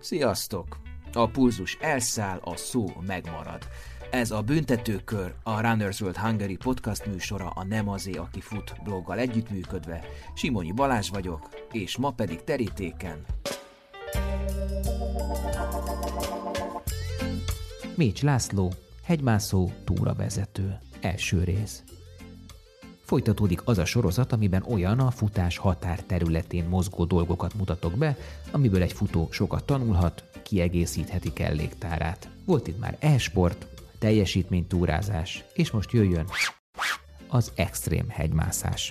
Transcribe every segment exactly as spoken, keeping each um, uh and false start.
Sziasztok! A pulzus elszáll, a szó megmarad. Ez a Büntetőkör, a Runners World Hungary podcast műsora a Nem azé, aki fut bloggal együttműködve. Simonyi Balázs vagyok, és ma pedig terítéken Mécs László, hegymászó, túravezető. Első rész. Folytatódik az a sorozat, amiben olyan a futás határterületén mozgó dolgokat mutatok be, amiből egy futó sokat tanulhat, kiegészítheti kelléktárát. Volt itt már e-sport, teljesítménytúrázás, és most jöjjön az extrém hegymászás.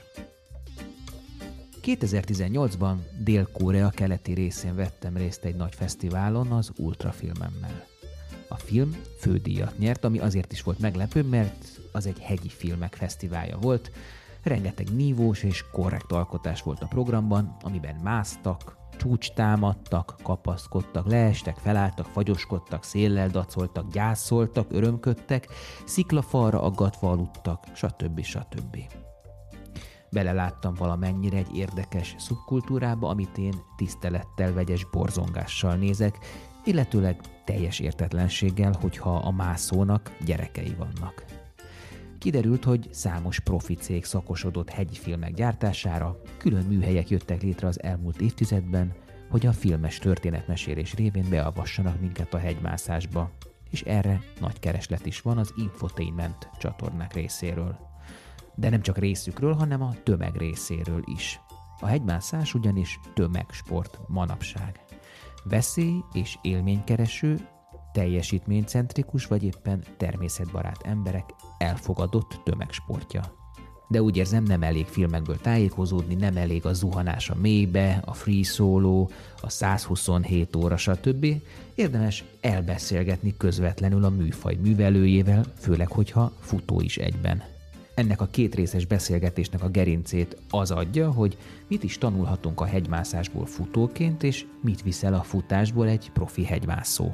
kétezer-tizennyolcban Dél-Korea keleti részén vettem részt egy nagy fesztiválon az ultrafilmemmel. A film fődíjat nyert, ami azért is volt meglepő, mert az egy hegyi filmek fesztiválja volt. Rengeteg nívós és korrekt alkotás volt a programban, amiben másztak, csúcs támadtak, kapaszkodtak, leestek, felálltak, fagyoskodtak, széllel dacoltak, gyászoltak, örömködtek, sziklafalra aggatva aludtak, stb. stb. Beleláttam valamennyire egy érdekes szubkultúrába, amit én tisztelettel, vegyes borzongással nézek, illetőleg teljes értetlenséggel, hogyha a mászónak gyerekei vannak. Kiderült, hogy számos profi cég szakosodott hegyi filmek gyártására, külön műhelyek jöttek létre az elmúlt évtizedben, hogy a filmes történetmesélés révén beavassanak minket a hegymászásba, és erre nagy kereslet is van az infotainment csatornák részéről. De nem csak részükről, hanem a tömeg részéről is. A hegymászás ugyanis tömegsport manapság. Veszély és élménykereső, teljesítménycentrikus vagy éppen természetbarát emberek elfogadott tömegsportja. De úgy érzem, nem elég filmekből tájékozódni, nem elég a zuhanás a mélybe, a free solo, a százhuszonhét óra, stb. Érdemes elbeszélgetni közvetlenül a műfaj művelőjével, főleg, hogyha futó is egyben. Ennek a kétrészes beszélgetésnek a gerincét az adja, hogy mit is tanulhatunk a hegymászásból futóként, és mit viszel a futásból egy profi hegymászó.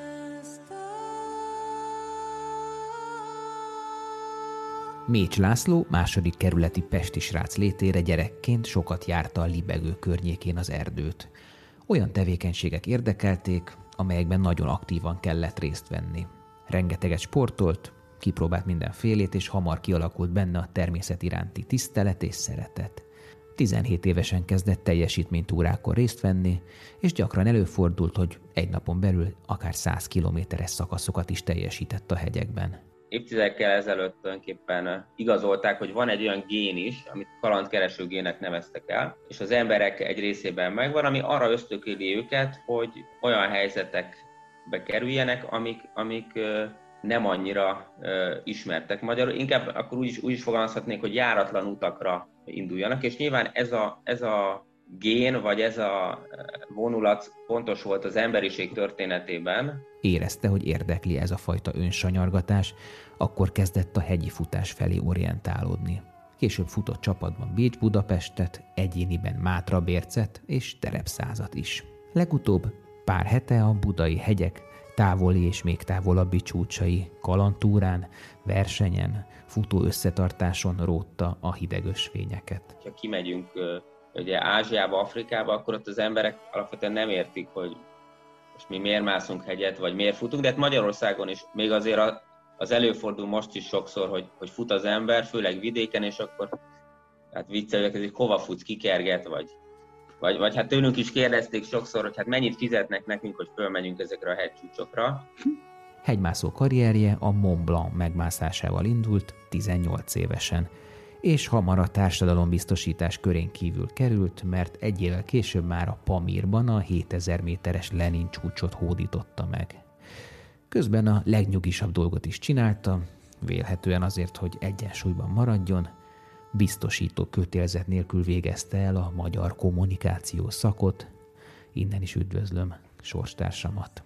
Mécs László második kerületi pesti srác létére gyerekként sokat járta a Libegő környékén az erdőt. Olyan tevékenységek érdekelték, amelyekben nagyon aktívan kellett részt venni. Rengeteget sportolt, kipróbált mindenfélét, és hamar kialakult benne a természet iránti tisztelet és szeretet. tizenhét évesen kezdett teljesítménytúrákon részt venni, és gyakran előfordult, hogy egy napon belül akár száz kilométeres szakaszokat is teljesített a hegyekben. Évtizedekkel ezelőtt tulajdonképpen igazolták, hogy van egy olyan gén is, amit kalandkereső gének neveztek el, és az emberek egy részében megvan, ami arra ösztökéli őket, hogy olyan helyzetekbe kerüljenek, amik, amik nem annyira uh, ismertek. Magyarul inkább akkor úgy is, úgy is fogalmazhatnék, hogy járatlan utakra induljanak, és nyilván ez a, ez a gén, vagy ez a vonulat fontos volt az emberiség történetében. Érezte, hogy érdekli ez a fajta önsanyargatás, akkor kezdett a hegyi futás felé orientálódni. Később futott csapatban Bécs-Budapestet, egyéniben Mátra-Bércet és terepszázat is. Legutóbb pár hete a budai hegyek távoli és még távolabbi csúcsai kalandtúrán, versenyen, futó összetartáson rótta a hideg ösvényeket. Ha kimegyünk ugye Ázsiába, Afrikába, akkor ott az emberek alapvetően nem értik, hogy most mi miért mászunk hegyet, vagy miért futunk, de hát Magyarországon is még azért az előfordul most is sokszor, hogy, hogy fut az ember, főleg vidéken, és akkor hát viccelőek, hogy hova futsz, kikerget, vagy Vagy, vagy hát tőlünk is kérdezték sokszor, hogy hát mennyit fizetnek nekünk, hogy fölmenjünk ezekre a hegycsúcsokra. Hegymászó karrierje a Mont Blanc megmászásával indult tizennyolc évesen, és hamar a társadalombiztosítás körén kívül került, mert egy évvel később már a Pamirban a hétezer méteres Lenin csúcsot hódította meg. Közben a legnyugisabb dolgot is csinálta, vélhetően azért, hogy egyensúlyban maradjon, biztosító kötélzet nélkül végezte el a magyar kommunikációs szakot. Innen is üdvözlöm sorstársamat.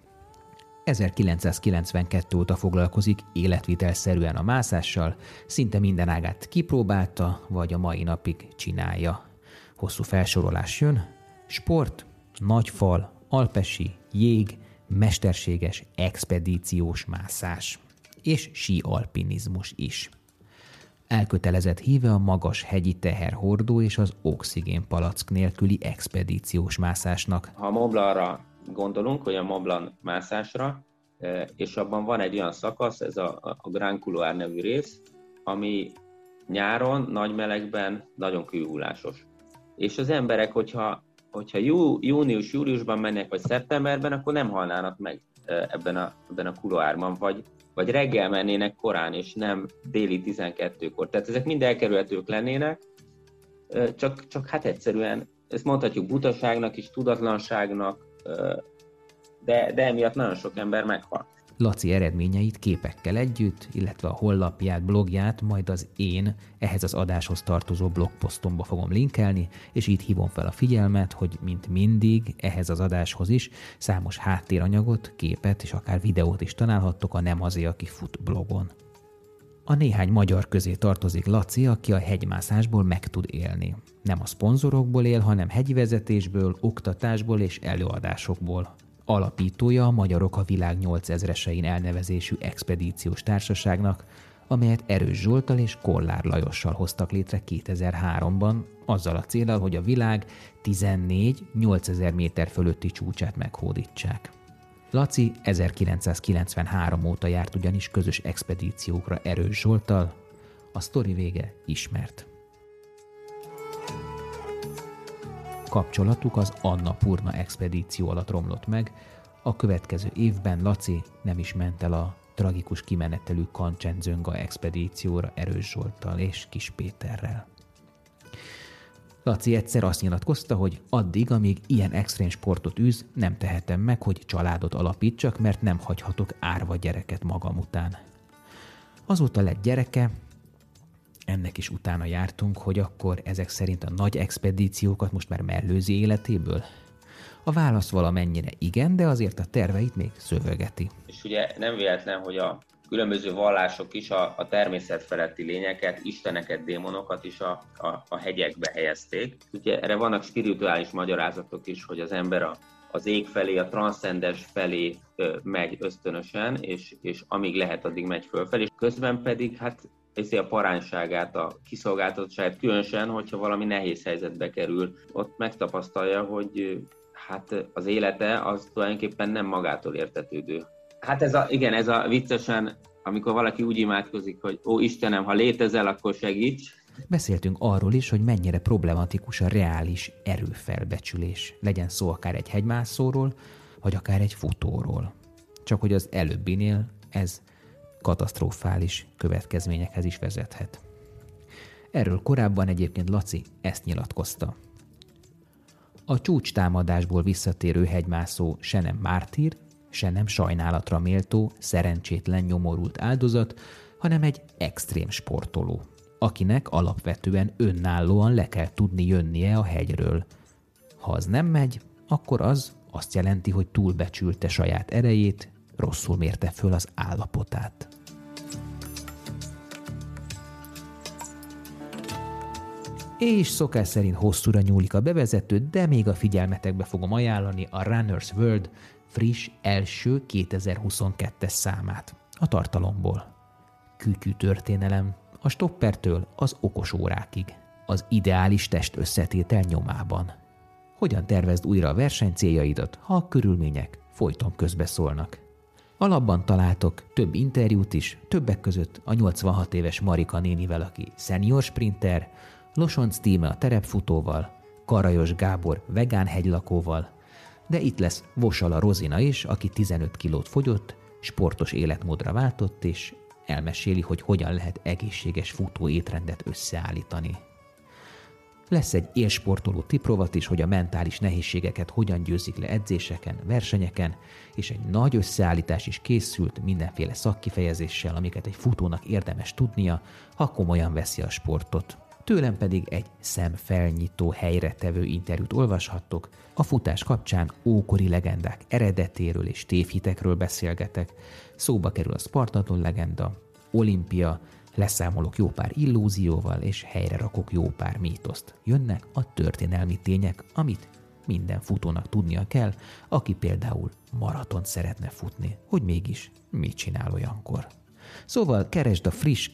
ezerkilencszázkilencvenkettő óta foglalkozik életvitelszerűen a mászással, szinte minden ágát kipróbálta, vagy a mai napig csinálja. Hosszú felsorolás jön: sport, nagyfal, alpesi, jég, mesterséges expedíciós mászás és síalpinizmus is. Elkötelezett híve a magas hegyi teherhordó és az oxigénpalack nélküli expedíciós mászásnak. Ha Mont Blancra gondolunk, hogy a Mont Blanc mászásra, és abban van egy olyan szakasz, ez a, a Grand Couloir nevű rész, ami nyáron, nagy melegben nagyon kőhullásos. És az emberek, hogyha, hogyha jú, június, júliusban mennek, vagy szeptemberben, akkor nem halnának meg ebben a, ebben a couloirban, vagy, vagy reggel mennének korán, és nem déli tizenkettőkor. Tehát ezek mind elkerülhetők lennének, csak, csak hát egyszerűen, ezt mondhatjuk butaságnak is, tudatlanságnak, de, de emiatt nagyon sok ember meghal. Laci eredményeit képekkel együtt, illetve a honlapját, blogját majd az én ehhez az adáshoz tartozó blogposztomba fogom linkelni, és így hívom fel a figyelmet, hogy mint mindig ehhez az adáshoz is számos háttéranyagot, képet és akár videót is találhattok a Nem azért, aki fut blogon. A néhány magyar közé tartozik Laci, aki a hegymászásból meg tud élni. Nem a szponzorokból él, hanem hegyvezetésből, oktatásból és előadásokból. Alapítója a Magyarok a világ nyolcezresein elnevezésű expedíciós társaságnak, amelyet Erős Zsolttal és Kollár Lajossal hoztak létre kétezer-háromban, azzal a céllal, hogy a világ tizennégy-nyolcezer méter fölötti csúcsát meghódítsák. Laci ezerkilencszázkilencvenhárom óta járt ugyanis közös expedíciókra Erős Zsolttal, a sztori vége ismert. Kapcsolatuk az Annapurna expedíció alatt romlott meg, a következő évben Laci nem is ment el a tragikus kimenetelű Kancsenjunga expedícióra Erős Zsolttal és Kis Péterrel. Laci egyszer azt nyilatkozta, hogy addig, amíg ilyen extrém sportot űz, nem tehetem meg, hogy családot alapítsak, mert nem hagyhatok árva gyereket magam után. Azóta lett gyereke, ennek is utána jártunk, hogy akkor ezek szerint a nagy expedíciókat most már mellőzi életéből? A válasz valamennyire igen, de azért a terveit még szövegeti. És ugye nem véletlen, hogy a különböző vallások is a, a természet feletti lényeket, isteneket, démonokat is a, a, a hegyekbe helyezték. Ugye erre vannak spirituális magyarázatok is, hogy az ember a, az ég felé, a transzcendens felé ö, megy ösztönösen, és, és amíg lehet, addig megy fölfelé. Közben pedig hát a parányságát, a kiszolgáltatottságát, különösen, hogyha valami nehéz helyzetbe kerül, ott megtapasztalja, hogy hát az élete az tulajdonképpen nem magától értetődő. Hát ez a, igen, ez a viccesen, amikor valaki úgy imádkozik, hogy ó Istenem, ha létezel, akkor segíts. Beszéltünk arról is, hogy mennyire problematikus a reális erőfelbecsülés. Legyen szó akár egy hegymászóról, vagy akár egy futóról. Csak hogy az előbbinél ez katasztrofális következményekhez is vezethet. Erről korábban egyébként Laci ezt nyilatkozta. A csúcstámadásból visszatérő hegymászó se nem mártír, se nem sajnálatra méltó, szerencsétlen nyomorult áldozat, hanem egy extrém sportoló, akinek alapvetően önállóan le kell tudni jönnie a hegyről. Ha az nem megy, akkor az azt jelenti, hogy túlbecsülte saját erejét, rosszul mérte föl az állapotát. És szokás szerint hosszúra nyúlik a bevezető, de még a figyelmetekbe fogom ajánlani a Runner's World friss első kétezer-huszonkettes számát a tartalomból. Kütyű történelem a stoppertől az okos órákig, az ideális test összetétel nyomában. Hogyan tervezd újra a versenycéljaidat, ha a körülmények folyton közbeszólnak? Alapban találtok több interjút is, többek között a nyolcvanhat éves Marika nénivel, aki senior sprinter, Losonc Tíme a terepfutóval, Karajos Gábor vegán hegylakóval, de itt lesz Vosala Rozina is, aki tizenöt kilót fogyott, sportos életmódra váltott, és elmeséli, hogy hogyan lehet egészséges futó étrendet összeállítani. Lesz egy élsportoló tiprovat is, hogy a mentális nehézségeket hogyan győzik le edzéseken, versenyeken, és egy nagy összeállítás is készült mindenféle szakkifejezéssel, amiket egy futónak érdemes tudnia, ha komolyan veszi a sportot. Tőlem pedig egy szemfelnyitó, helyre tevő interjút olvashattok. A futás kapcsán ókori legendák eredetéről és tévhitekről beszélgetek, szóba kerül a Spartaton legenda, olimpia, leszámolok jó pár illúzióval, és helyre rakok jó pár mítoszt. Jönnek a történelmi tények, amit minden futónak tudnia kell, aki például maratont szeretne futni, hogy mégis mit csinál olyankor. Szóval keresd a friss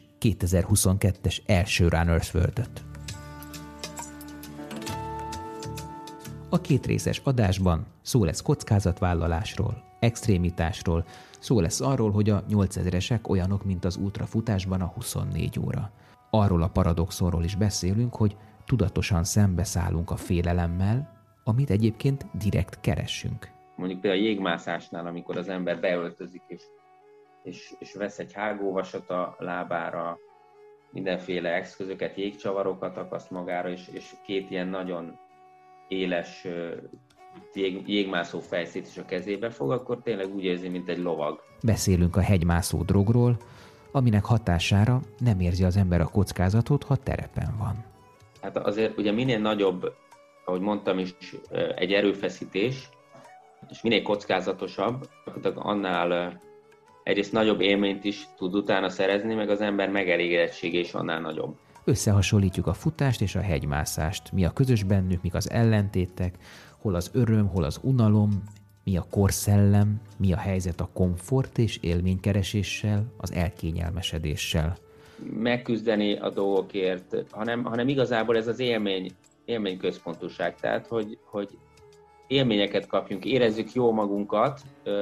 kétezer-huszonkettes első Runner's World-öt. A kétrészes adásban szó lesz kockázatvállalásról, extrémitásról, szó lesz arról, hogy a nyolcezeresek olyanok, mint az ultrafutásban a huszonnégy óra. Arról a paradoxonról is beszélünk, hogy tudatosan szembeszállunk a félelemmel, amit egyébként direkt keressünk. Mondjuk például a jégmászásnál, amikor az ember beöltözik és, és, és vesz egy hágóvasat a lábára, mindenféle eszközöket, jégcsavarokat akaszt magára, és, és két ilyen nagyon éles jég, jégmászó fejszét is a kezébe fog, akkor tényleg úgy érzi, mint egy lovag. Beszélünk a hegymászó drogról, aminek hatására nem érzi az ember a kockázatot, ha terepen van. Hát azért ugye minél nagyobb, ahogy mondtam is, egy erőfeszítés, és minél kockázatosabb, annál egyrészt nagyobb élményt is tud utána szerezni, meg az ember megelégedettsége is annál nagyobb. Összehasonlítjuk a futást és a hegymászást. Mi a közös bennük, mik az ellentétek, hol az öröm, hol az unalom, mi a korszellem, mi a helyzet a komfort és élménykereséssel, az elkényelmesedéssel. Megküzdeni a dolgokért, hanem, hanem igazából ez az élmény, élményközpontúság, tehát hogy, hogy élményeket kapjunk, érezzük jól magunkat,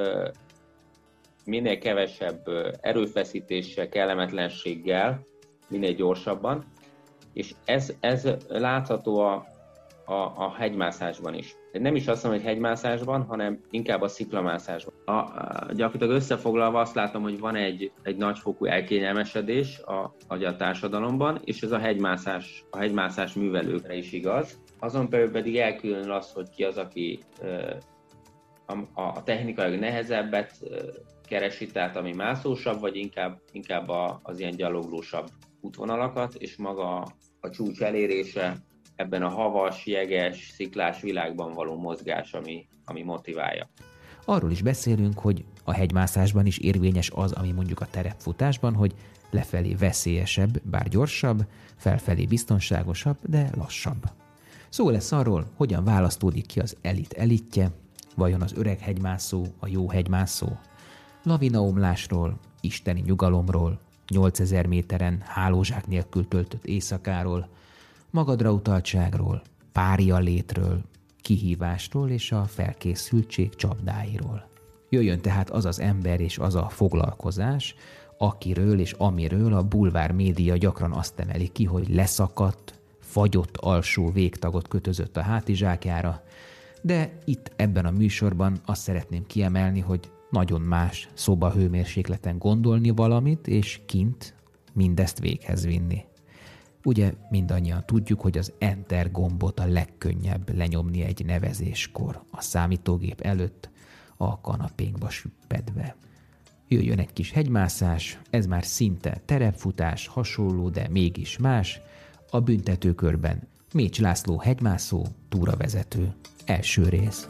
minél kevesebb erőfeszítéssel, kellemetlenséggel, minél gyorsabban, és ez, ez látható a, a, a hegymászásban is. Nem is azt mondom, hogy hegymászásban, hanem inkább a sziklamászásban. A, a, gyakorlatilag összefoglalva azt látom, hogy van egy, egy nagyfokú elkényelmesedés a, a társadalomban, és ez a hegymászás, a hegymászás művelőkre is igaz. Azon belül pedig elkülönül az, hogy ki az, aki a, a technikailag nehezebbet keresi, tehát ami mászósabb, vagy inkább, inkább a, az ilyen gyaloglósabb útvonalakat, és maga a csúcs elérése ebben a havas, jeges, sziklás világban való mozgás, ami, ami motiválja. Arról is beszélünk, hogy a hegymászásban is érvényes az, ami mondjuk a terepfutásban, hogy lefelé veszélyesebb, bár gyorsabb, felfelé biztonságosabb, de lassabb. Szó lesz arról, hogyan választódik ki az elit elitje, vajon az öreg hegymászó a jó hegymászó, lavinaomlásról, isteni nyugalomról, nyolcezer méteren hálózsák nélkül töltött éjszakáról, magadra utaltságról, pária létről, kihívásról és a felkészültség csapdáiról. Jöjjön tehát az az ember és az a foglalkozás, akiről és amiről a bulvár média gyakran azt emeli ki, hogy leszakadt, fagyott alsó végtagot kötözött a hátizsákjára, de itt ebben a műsorban azt szeretném kiemelni, hogy nagyon más szobahőmérsékleten gondolni valamit, és kint mindezt véghez vinni. Ugye mindannyian tudjuk, hogy az Enter gombot a legkönnyebb lenyomni egy nevezéskor, a számítógép előtt, a kanapénkba süppedve. Jöjjön egy kis hegymászás, ez már szinte terepfutás, hasonló, de mégis más. A büntetőkörben Mécs László hegymászó, túravezető. Első rész.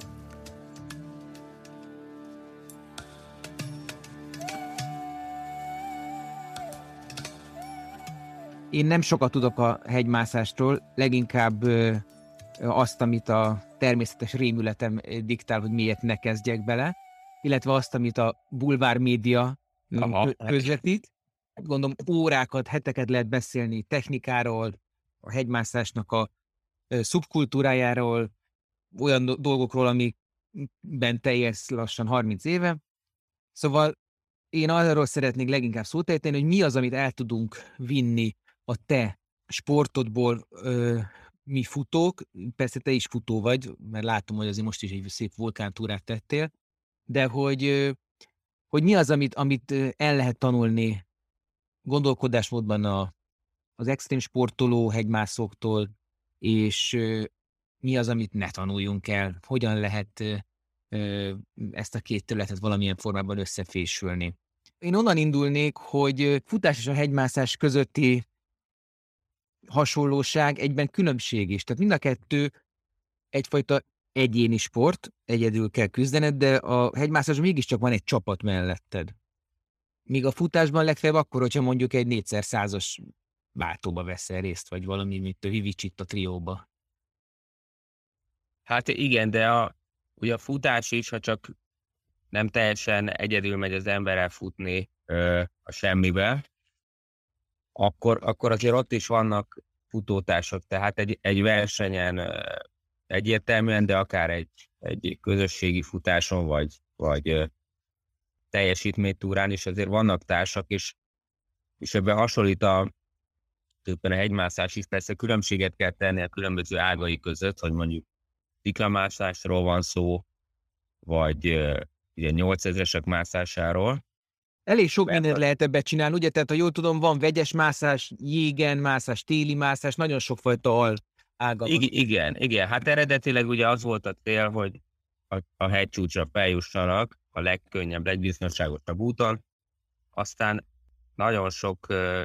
Én nem sokat tudok a hegymászástól, leginkább ö, azt, amit a természetes rémületem diktál, hogy miért ne kezdjek bele, illetve azt, amit a bulvár média Aha. közvetít. Gondolom órákat, heteket lehet beszélni technikáról, a hegymászásnak a ö, szubkultúrájáról, olyan do- dolgokról, amikben teljes lassan harminc éve. Szóval én arról szeretnék leginkább szót ejteni, hogy mi az, amit el tudunk vinni a te sportodból, ö, mi futók, persze te is futó vagy, mert látom, hogy azért most is egy szép vulkántúrát tettél, de hogy, ö, hogy mi az, amit, amit el lehet tanulni gondolkodásmódban a, az extrém sportoló hegymászóktól, és ö, mi az, amit ne tanuljunk el, hogyan lehet ö, ezt a két területet valamilyen formában összefésülni. Én onnan indulnék, hogy futás és a hegymászás közötti hasonlóság egyben különbség is. Tehát mind a kettő egyfajta egyéni sport, egyedül kell küzdened, de a hegymászásban mégiscsak van egy csapat melletted. Míg a futásban legfeljebb akkor, hogyha mondjuk egy négyszer százas váltóba veszel részt, vagy valami, mint a Vivicsitta trióba. Hát igen, de a, ugye a futás is, ha csak nem teljesen egyedül megy az ember elfutni ö, a semmibe, akkor, akkor azért ott is vannak futótársak, tehát egy, egy versenyen, egyértelműen, de akár egy, egy közösségi futáson, vagy, vagy teljesítménytúrán is azért vannak társak, és, és ebben hasonlít a, a hegymászás is. Persze különbséget kell tenni a különböző ágai között, hogy mondjuk sziklamászásról van szó, vagy ugye nyolcezresek mászásáról. Elég sok mindent lehet ebbe csinálni, ugye? Tehát, ha jól tudom, van vegyes mászás, jégen mászás, téli mászás, nagyon sokfajta al ága van. Igen, igen. Hát eredetileg ugye az volt a cél, hogy a, a hegycsúcsra feljussanak a legkönnyebb, legbiztonságosabb úton. Aztán nagyon sok uh,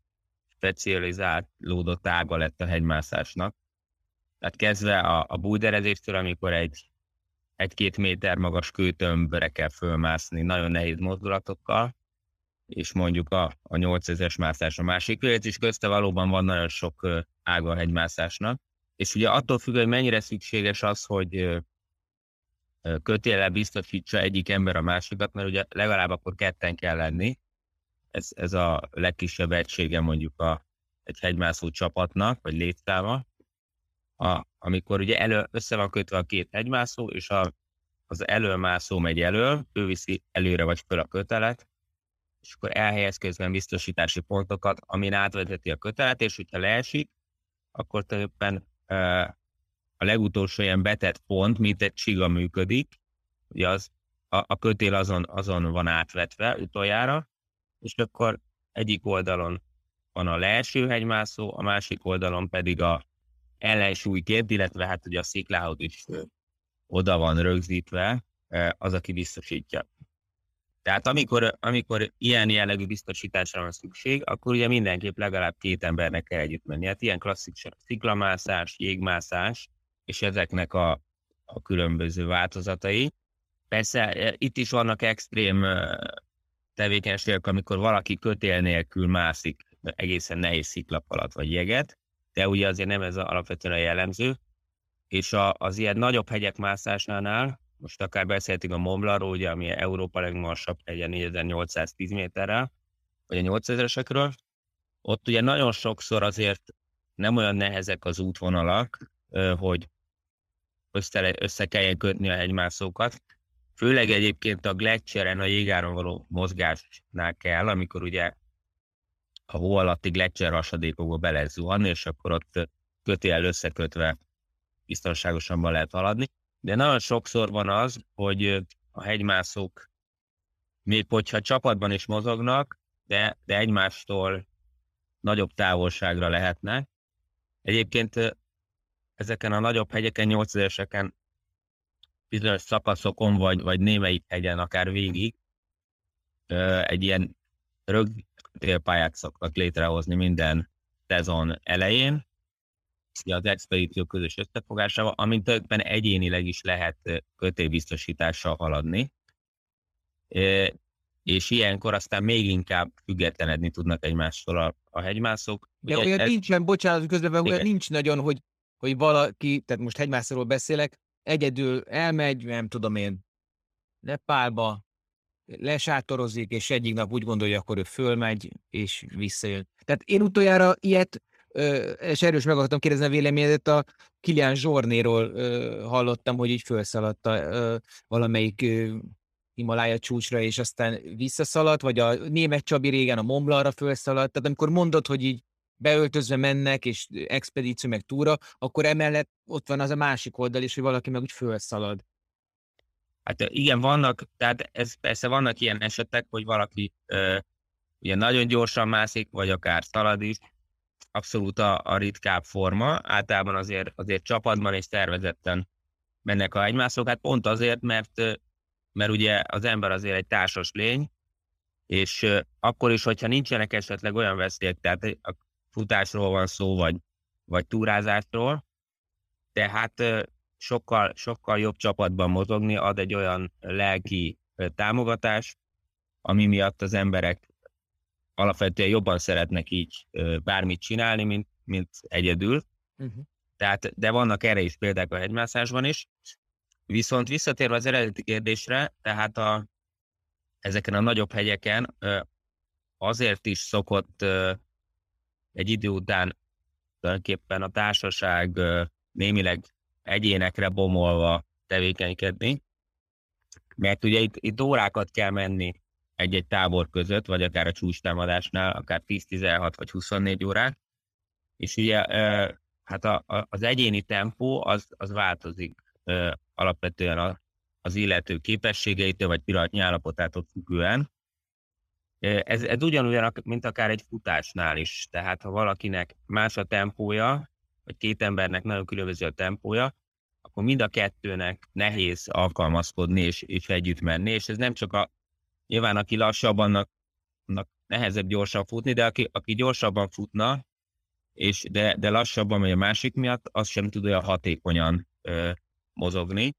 specializálódott ága lett a hegymászásnak. Tehát kezdve a, a bújderezéstől, amikor egy egy-két méter magas kőtömbre kell fölmászni nagyon nehéz mozdulatokkal, és mondjuk a, a nyolcezres mászás a másik vélet, és közte valóban van nagyon sok ága a hegymászásnak. És ugye attól függ, hogy mennyire szükséges az, hogy kötéllel biztosítsa egyik ember a másikat, mert ugye legalább akkor ketten kell lenni. Ez, ez a legkisebb egysége mondjuk a, egy hegymászó csapatnak, vagy létszáma. A, amikor ugye elő, össze van kötve a két hegymászó, és a, az előmászó megy elől, ő viszi előre vagy föl a kötelet, és akkor elhelyez közben biztosítási pontokat, amin átvezeti a kötelet, és hogyha leesik, akkor tulajdonképpen e, a legutolsó ilyen betett pont, mint egy csiga működik, ugye az, a, a kötél azon, azon van átvetve utoljára, és akkor egyik oldalon van a leeső hegymászó, a másik oldalon pedig a ellensúlyként, illetve hát ugye a sziklához is oda van rögzítve az, aki biztosítja. Tehát amikor, amikor ilyen jellegű biztosításra van szükség, akkor ugye mindenképp legalább két embernek kell együtt menni. Hát ilyen klasszikus sziklamászás, jégmászás, és ezeknek a, a különböző változatai. Persze itt is vannak extrém tevékenységek, amikor valaki kötél nélkül mászik egészen nehéz sziklap alatt vagy jeget, de ugye azért nem ez alapvetően a jellemző. És a, az ilyen nagyobb hegyek mászásánál, most akár beszéltünk a Mont Blancról, ugye, ami Európa legmagasabb hegye négyezer-nyolcszáztíz méterrel, vagy a nyolcezresekről, ott ugye nagyon sokszor azért nem olyan nehezek az útvonalak, hogy össze, össze kelljen kötni a hegymászókat. Főleg egyébként a gletscheren, a jégáron való mozgásnál kell, amikor ugye a hó alatti gletscher hasadékokba be lehet zuhanni, és akkor ott kötél összekötve biztonságosabban lehet haladni. De nagyon sokszor van az, hogy a hegymászók, még hogyha csapatban is mozognak, de, de egymástól nagyobb távolságra lehetnek. Egyébként ezeken a nagyobb hegyeken, nyolcezreseken, bizonyos szakaszokon, vagy, vagy némelyik hegyen, akár végig, egy ilyen rögtélpályát szoktak létrehozni minden szezon elején, az expedíció közös összefogásával, amint tulajdonképpen egyénileg is lehet kötélbiztosítással haladni, és ilyenkor aztán még inkább függetlenedni tudnak egymástól a, a hegymászók. De ugye olyan ez... nincsen, bocsánat, közben olyan nincs nagyon, hogy, hogy valaki, tehát most hegymászóról beszélek, egyedül elmegy, nem tudom én, Nepálba, lesátorozik, és egyik nap úgy gondolja, akkor ő fölmegy, és visszajön. Tehát én utoljára ilyet, és erős meg akartam kérdezni a véleményedet, a Kilian Jornéról hallottam, hogy így fölszaladta valamelyik Himalája csúcsra, és aztán visszaszaladt, vagy a német Csabi régen a Mont Blancra fölszaladt. Tehát amikor mondod, hogy így beöltözve mennek, és expedíció meg túra, akkor emellett ott van az a másik oldal is, hogy valaki meg úgy fölszalad. Hát igen, vannak, tehát ez persze vannak ilyen esetek, hogy valaki ö, ugye nagyon gyorsan mászik, vagy akár szalad is, abszolút a, a ritkább forma, általában azért, azért csapatban és szervezetten mennek a hegymászók, hát pont azért, mert, mert ugye az ember azért egy társas lény, és akkor is, hogyha nincsenek esetleg olyan veszélyek, tehát a futásról van szó, vagy, vagy túrázásról, tehát sokkal, sokkal jobb csapatban mozogni ad egy olyan lelki támogatás, ami miatt az emberek alapvetően jobban szeretnek így bármit csinálni, mint, mint egyedül. Uh-huh. Tehát, de vannak erre is példák a hegymászásban is. Viszont visszatérve az eredeti kérdésre, tehát a, ezeken a nagyobb hegyeken azért is szokott egy idő után tulajdonképpen a társaság némileg egyénekre bomolva tevékenykedni, mert ugye itt, itt órákat kell menni egy-egy tábor között, vagy akár a csúcstámadásnál, akár tíz-tizenhat vagy huszonnégy órák, és ugye hát a, a, az egyéni tempó az, az változik alapvetően a, az illető képességeitől, vagy pillanatnyi állapotától függően. Ez, ez ugyanolyan, mint akár egy futásnál is. Tehát ha valakinek más a tempója, vagy két embernek nagyon különböző a tempója, akkor mind a kettőnek nehéz alkalmazkodni és, és együtt menni, és ez nem csak a, nyilván aki lassabb, annak, annak nehezebb gyorsan futni, de aki, aki gyorsabban futna, és de, de lassabban megy a másik miatt, az sem tud olyan hatékonyan ö, mozogni,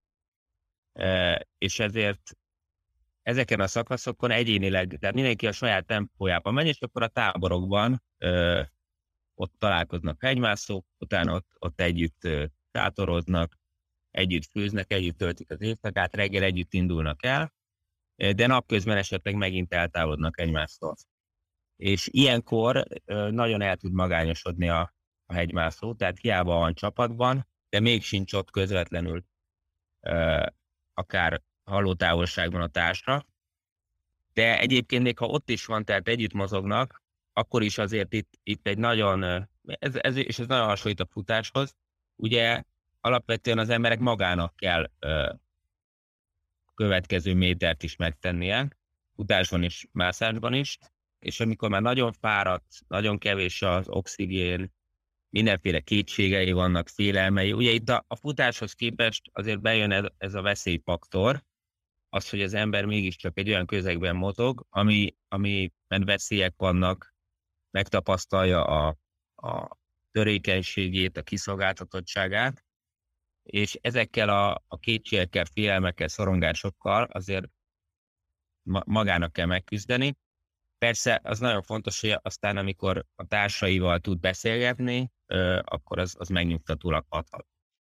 e, és ezért ezeken a szakaszokon egyénileg, tehát mindenki a saját tempójában megy, és akkor a táborokban ö, ott találkoznak hegymászók, utána ott, ott együtt ö, tátoroznak, együtt főznek, együtt töltik az éjszakát, reggel együtt indulnak el, de napközben esetleg megint eltávolodnak egymástól. És ilyenkor ö, nagyon el tud magányosodni a, a hegymászó, tehát hiába van csapatban, de még sincs ott közvetlenül ö, akár hallótávolságban a társra, de egyébként még ha ott is van, tehát együtt mozognak, akkor is azért itt, itt egy nagyon, ez, ez, és ez nagyon hasonlít a futáshoz, ugye alapvetően az emberek magának kell ö, következő métert is megtennie, futásban is, mászásban is, és amikor már nagyon fáradt, nagyon kevés az oxigén, mindenféle kétségei vannak, félelmei, ugye itt a, a futáshoz képest azért bejön ez, ez a veszélyfaktor, az, hogy az ember mégiscsak egy olyan közegben mozog, ami, amiben veszélyek vannak, megtapasztalja a, a törékenységét, a kiszolgáltatottságát, és ezekkel a, a kétségekkel, félelmekkel, szorongásokkal azért ma, magának kell megküzdeni. Persze az nagyon fontos, hogy aztán amikor a társaival tud beszélgetni, akkor az, az megnyugtatólag hathat.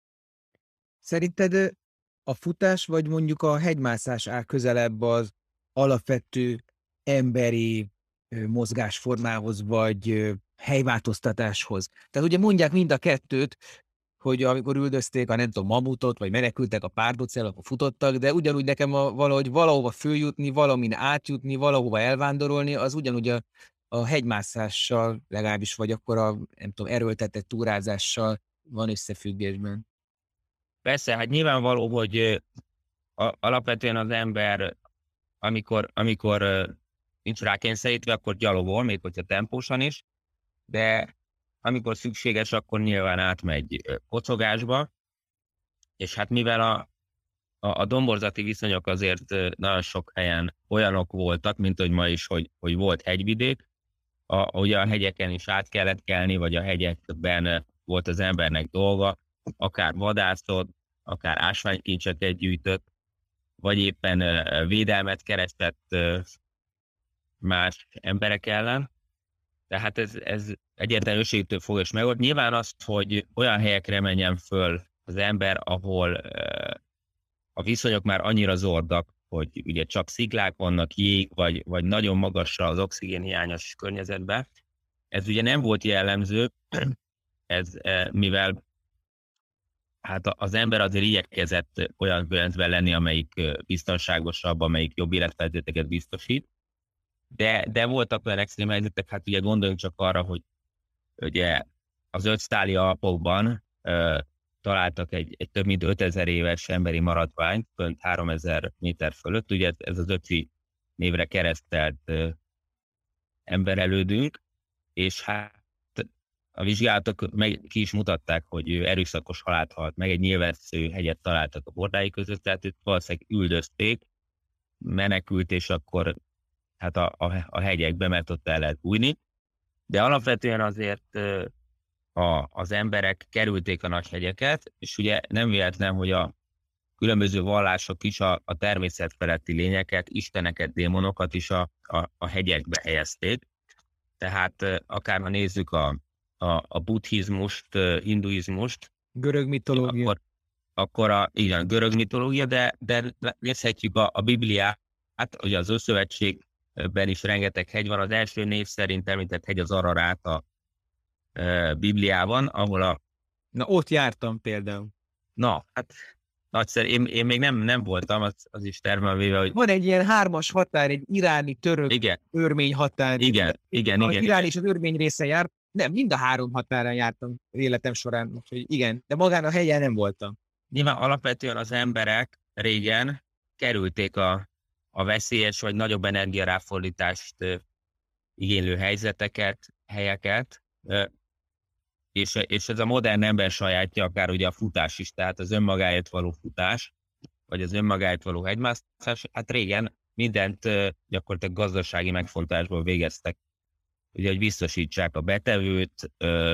Szerinted a futás, vagy mondjuk a hegymászás áll közelebb az alapvető emberi mozgásformához, vagy helyváltoztatáshoz? Tehát ugye mondják mind a kettőt, hogy amikor üldözték a nem tudom, mamutot, vagy menekültek a párdocell, akkor futottak, de ugyanúgy nekem a, valahogy valahova följutni, valamin átjutni, valahova elvándorolni, az ugyanúgy a, a hegymászással legalábbis, vagy akkor a nem tudom, erőltetett túrázással van összefüggésben. Persze, hát nyilvánvaló, hogy alapvetően az ember, amikor, amikor nincs rákényszerítve, akkor gyalogol, még hogyha tempósan is, de amikor szükséges, akkor nyilván átmegy kocogásba, és hát mivel a, a, a domborzati viszonyok azért nagyon sok helyen olyanok voltak, mint hogy ma is, hogy, hogy volt hegyvidék, a, ugye a hegyeken is át kellett kelni, vagy a hegyekben volt az embernek dolga, akár vadászott, akár ásványkincseket gyűjtött, vagy éppen védelmet keresett más emberek ellen. Tehát ez, ez egyértelműségtől fog is megold. Nyilván azt, hogy olyan helyekre menjen föl az ember, ahol a viszonyok már annyira zordak, hogy ugye csak sziklák vannak, jég, vagy, vagy nagyon magasra az oxigénhiányos környezetben. Ez ugye nem volt jellemző, ez, mivel hát az ember azért igyekezett olyan környezetben lenni, amelyik biztonságosabb, amelyik jobb életfeltételeket biztosít. De, de voltak olyan extrém helyzetek, hát ugye gondoljunk csak arra, hogy ugye az Ötztáli Alpokban uh, találtak egy, egy több mint ötezer éves emberi maradványt, fönt háromezer méter fölött, ugye ez, ez az Ötzi névre keresztelt uh, emberelődünk, és hát a vizsgálatok meg ki is mutatták, hogy ő erőszakos halált halt meg, egy nyilvessző hegyet találtak a bordái között, tehát őt valószínűleg üldözték, menekült, és akkor hát a, a, a hegyekbe, mert ott el lehet bújni. De alapvetően azért a, az emberek kerülték a nagy hegyeket, és ugye nem véletlen, hogy a különböző vallások is a, a természet feletti lényeket, isteneket, démonokat is a, a, a hegyekbe helyezték. Tehát akár ha nézzük a, a, a buddhizmust, hinduizmust, görög mitológia. Akkor, akkor a, igen, görög mitológia, de, de nézhetjük a, a Bibliát, hát ugye az Ószövetségben is rengeteg hegy van. Az első név szerint említett hegy az Ararát a e, Bibliában, ahol a... Na ott jártam például. Na, hát nagyszerű. Én, én még nem, nem voltam, az, az is tervben véve, hogy... Van egy ilyen hármas határ, egy iráni török Igen, örmény határ. igen, igen, Az igen. irán igen. és az örmény része jár. Nem, mind a három határon jártam életem során. Úgyhogy igen, de magán a helyen nem voltam. Nyilván alapvetően az emberek régen kerülték a, a veszélyes vagy nagyobb energiaráfordítást ö, igénylő helyzeteket, helyeket, ö, és, és ez a modern ember sajátja, akár ugye a futás is, tehát az önmagáért való futás, vagy az önmagáért való hegymászás, hát régen mindent ö, gyakorlatilag gazdasági megfontásból végeztek, ugye, hogy biztosítsák a betevőt, ö,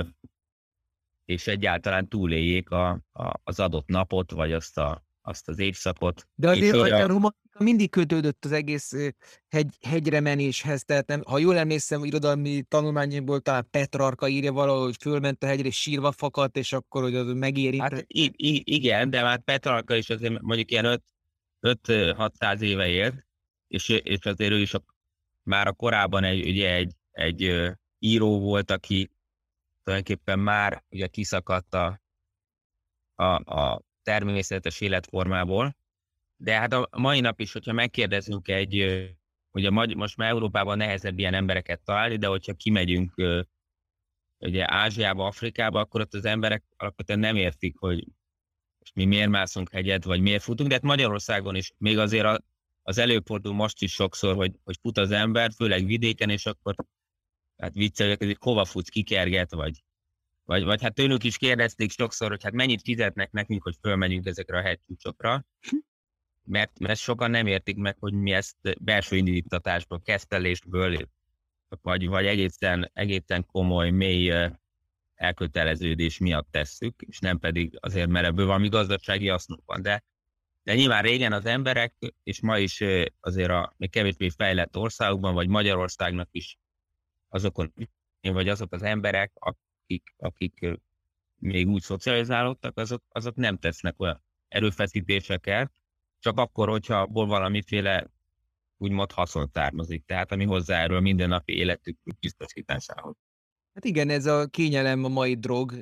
és egyáltalán túléljék a, a, az adott napot, vagy azt, a, azt az évszakot. De azért és a romantika mindig kötődött az egész hegy, hegyre menéshez, tehát nem, ha jól emlékszem, irodalmi tanulmányaiból talán Petrarka írja valahol, hogy fölment a hegyre, és sírva fakadt, és akkor, hogy az megéri. Hát i- i- igen, de már Petrarka is azért mondjuk ilyen öt-hatszáz éve élt, és, és azért ő is a, már a korában egy, ugye egy, egy ö, író volt, aki tulajdonképpen már ugye kiszakadt a, a, a természetes életformából, de hát a mai nap is, hogyha megkérdezünk egy, ö, ugye most már Európában nehezebb ilyen embereket találni, de hogyha kimegyünk ö, ugye Ázsiába, Afrikába, akkor ott az emberek alapvetően nem értik, hogy most mi miért mászunk hegyet, vagy miért futunk, de hát Magyarországon is még azért a, az előfordul most is sokszor, hogy, hogy fut az ember, főleg vidéken, és akkor hát viccelőek, hogy hova futsz, kikerget, vagy, vagy, vagy hát tőlük is kérdezték sokszor, hogy hát mennyit fizetnek nekünk, hogy fölmegyünk ezekre a hegycsúcsokra, mert, mert sokan nem értik meg, hogy mi ezt belső indítatásból, kezdtelésből, vagy, vagy egészen, egészen komoly, mély elköteleződés miatt tesszük, és nem pedig azért, mert ebből valami gazdasági hasznuk van. De, de nyilván régen az emberek, és ma is azért a még kevésbé fejlett országokban, vagy Magyarországnak is azokon, vagy azok az emberek, akik, akik még úgy szocializálódtak, azok, azok nem tesznek olyan erőfeszítéseket, csak akkor, hogyha abból valamiféle úgymond haszon származik, tehát ami hozzájárul mindennapi életük biztosításához. Hát igen, ez a kényelem a mai drog,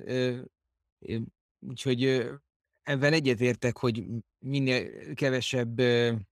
úgyhogy ebben egyetértek, hogy minél kevesebb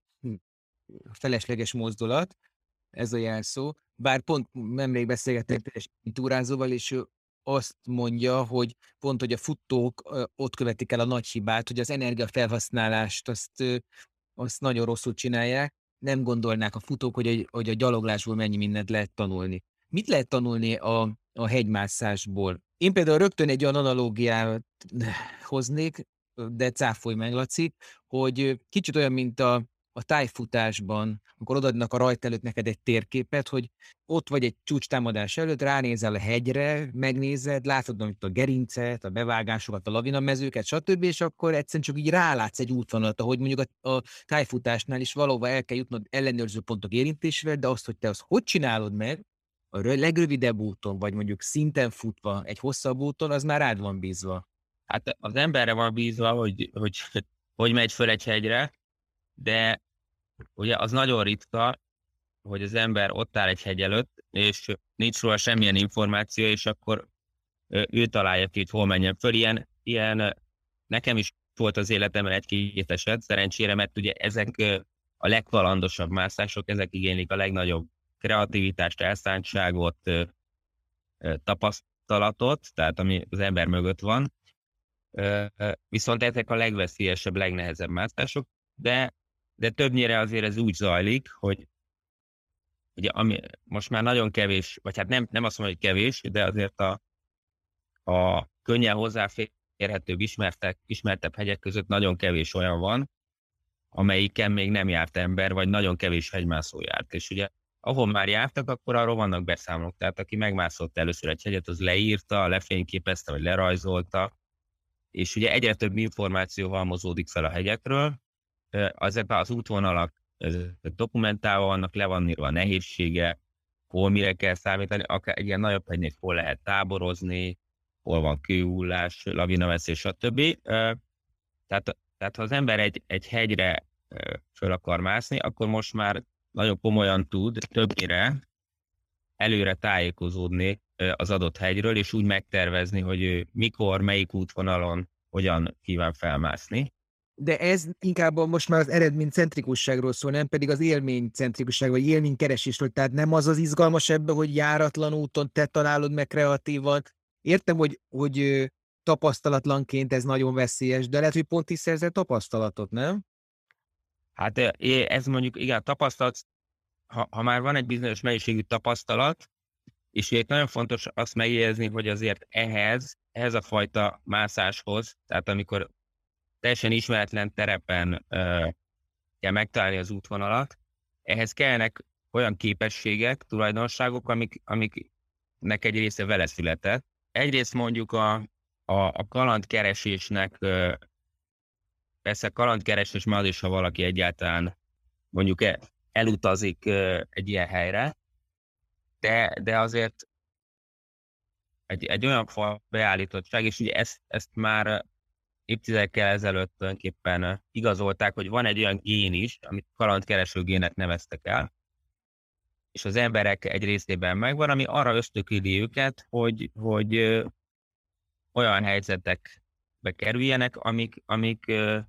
felesleges mozdulat, ez a jelszó. Bár pont nemrég beszélgettem egy túrázóval, és ő azt mondja, hogy pont, hogy a futók ott követik el a nagy hibát, hogy az energiafelhasználást azt, azt nagyon rosszul csinálják. Nem gondolnák a futók, hogy a, hogy a gyaloglásból mennyi mindent lehet tanulni. Mit lehet tanulni a, a hegymászásból? Én például rögtön egy olyan analógiát hoznék, de cáfolj meg, Laci, hogy kicsit olyan, mint a, a tájfutásban, amikor odaadnak a rajt előtt neked egy térképet, hogy ott vagy egy csúcstámadás előtt, ránézel a hegyre, megnézed, látod amit a gerincet, a bevágásokat, a lavinamezőket, stb., és akkor egyszerűen csak így rálátsz egy útvonalat, ahogy mondjuk a, a tájfutásnál is valahova el kell jutnod ellenőrző pontok érintésével, de azt, hogy te azt hogy csinálod meg, a legrövidebb úton, vagy mondjuk szinten futva, egy hosszabb úton, az már rád van bízva. Hát az emberre van bízva, hogy hogy, hogy megy föl egy hegyre, de ugye az nagyon ritka, hogy az ember ott áll egy hegy előtt, és nincs róla semmilyen információ, és akkor ő találja ki, hogy hol menjen föl. Ilyen, ilyen nekem is volt az életemben egy-két eset, szerencsére, mert ugye ezek a legkalandosabb mászások, ezek igénylik a legnagyobb kreativitást, elszántságot, tapasztalatot, tehát ami az ember mögött van. Viszont ezek a legveszélyesebb, legnehezebb mászások, de, de többnyire azért ez úgy zajlik, hogy ugye ami most már nagyon kevés, vagy hát nem, nem azt mondom, hogy kevés, de azért a, a könnyen hozzáférhetőbb, ismertek, ismertebb hegyek között nagyon kevés olyan van, amelyiken még nem járt ember, vagy nagyon kevés hegymászó járt. És ugye ahol már jártak, akkor arról vannak beszámolók. Tehát aki megmászott először egy hegyet, az leírta, lefényképezte, vagy lerajzolta, és ugye egyre több információ halmozódik fel a hegyekről. Ezek az útvonalak dokumentálva vannak, le van írva a nehézsége, hol mire kell számítani, akár egy ilyen nagyobb hegynél hol lehet táborozni, hol van kőhullás, lavinaveszés, stb. Tehát, tehát ha az ember egy, egy hegyre föl akar mászni, akkor most már nagyon komolyan tud többnyire előre tájékozódni az adott hegyről, és úgy megtervezni, hogy mikor, melyik útvonalon hogyan kíván felmászni. De ez inkább most már az eredménycentrikusságról szól, nem pedig az élménycentrikusság, vagy élménykeresésről. Tehát nem az az izgalmas ebben, hogy járatlan úton te találod meg kreatívan. Értem, hogy, hogy tapasztalatlanként ez nagyon veszélyes, de lehet, hogy pont is szerzel tapasztalatot, nem? Hát ez mondjuk, igen, tapasztalat, ha, ha már van egy bizonyos mennyiségű tapasztalat, és itt nagyon fontos azt megjegyezni, hogy azért ehhez, ehhez a fajta mászáshoz, tehát amikor teljesen ismeretlen terepen uh, kell megtalálni az útvonalat, ehhez kellene olyan képességek, tulajdonságok, amik, amiknek egy része vele született. Egyrészt mondjuk a, a, a kalandkeresésnek, uh, persze kalandkeresés már az is, ha valaki egyáltalán mondjuk elutazik uh, egy ilyen helyre, de, de azért egy, egy olyan fajta beállítottság, és ugye ezt, ezt már évtizedekkel ezelőtt tulajdonképpen igazolták, hogy van egy olyan gén is, amit kalandkereső gének neveztek el, és az emberek egy részében megvan, ami arra ösztökéli őket, hogy, hogy ö, olyan helyzetekbe kerüljenek, amik, amik ö,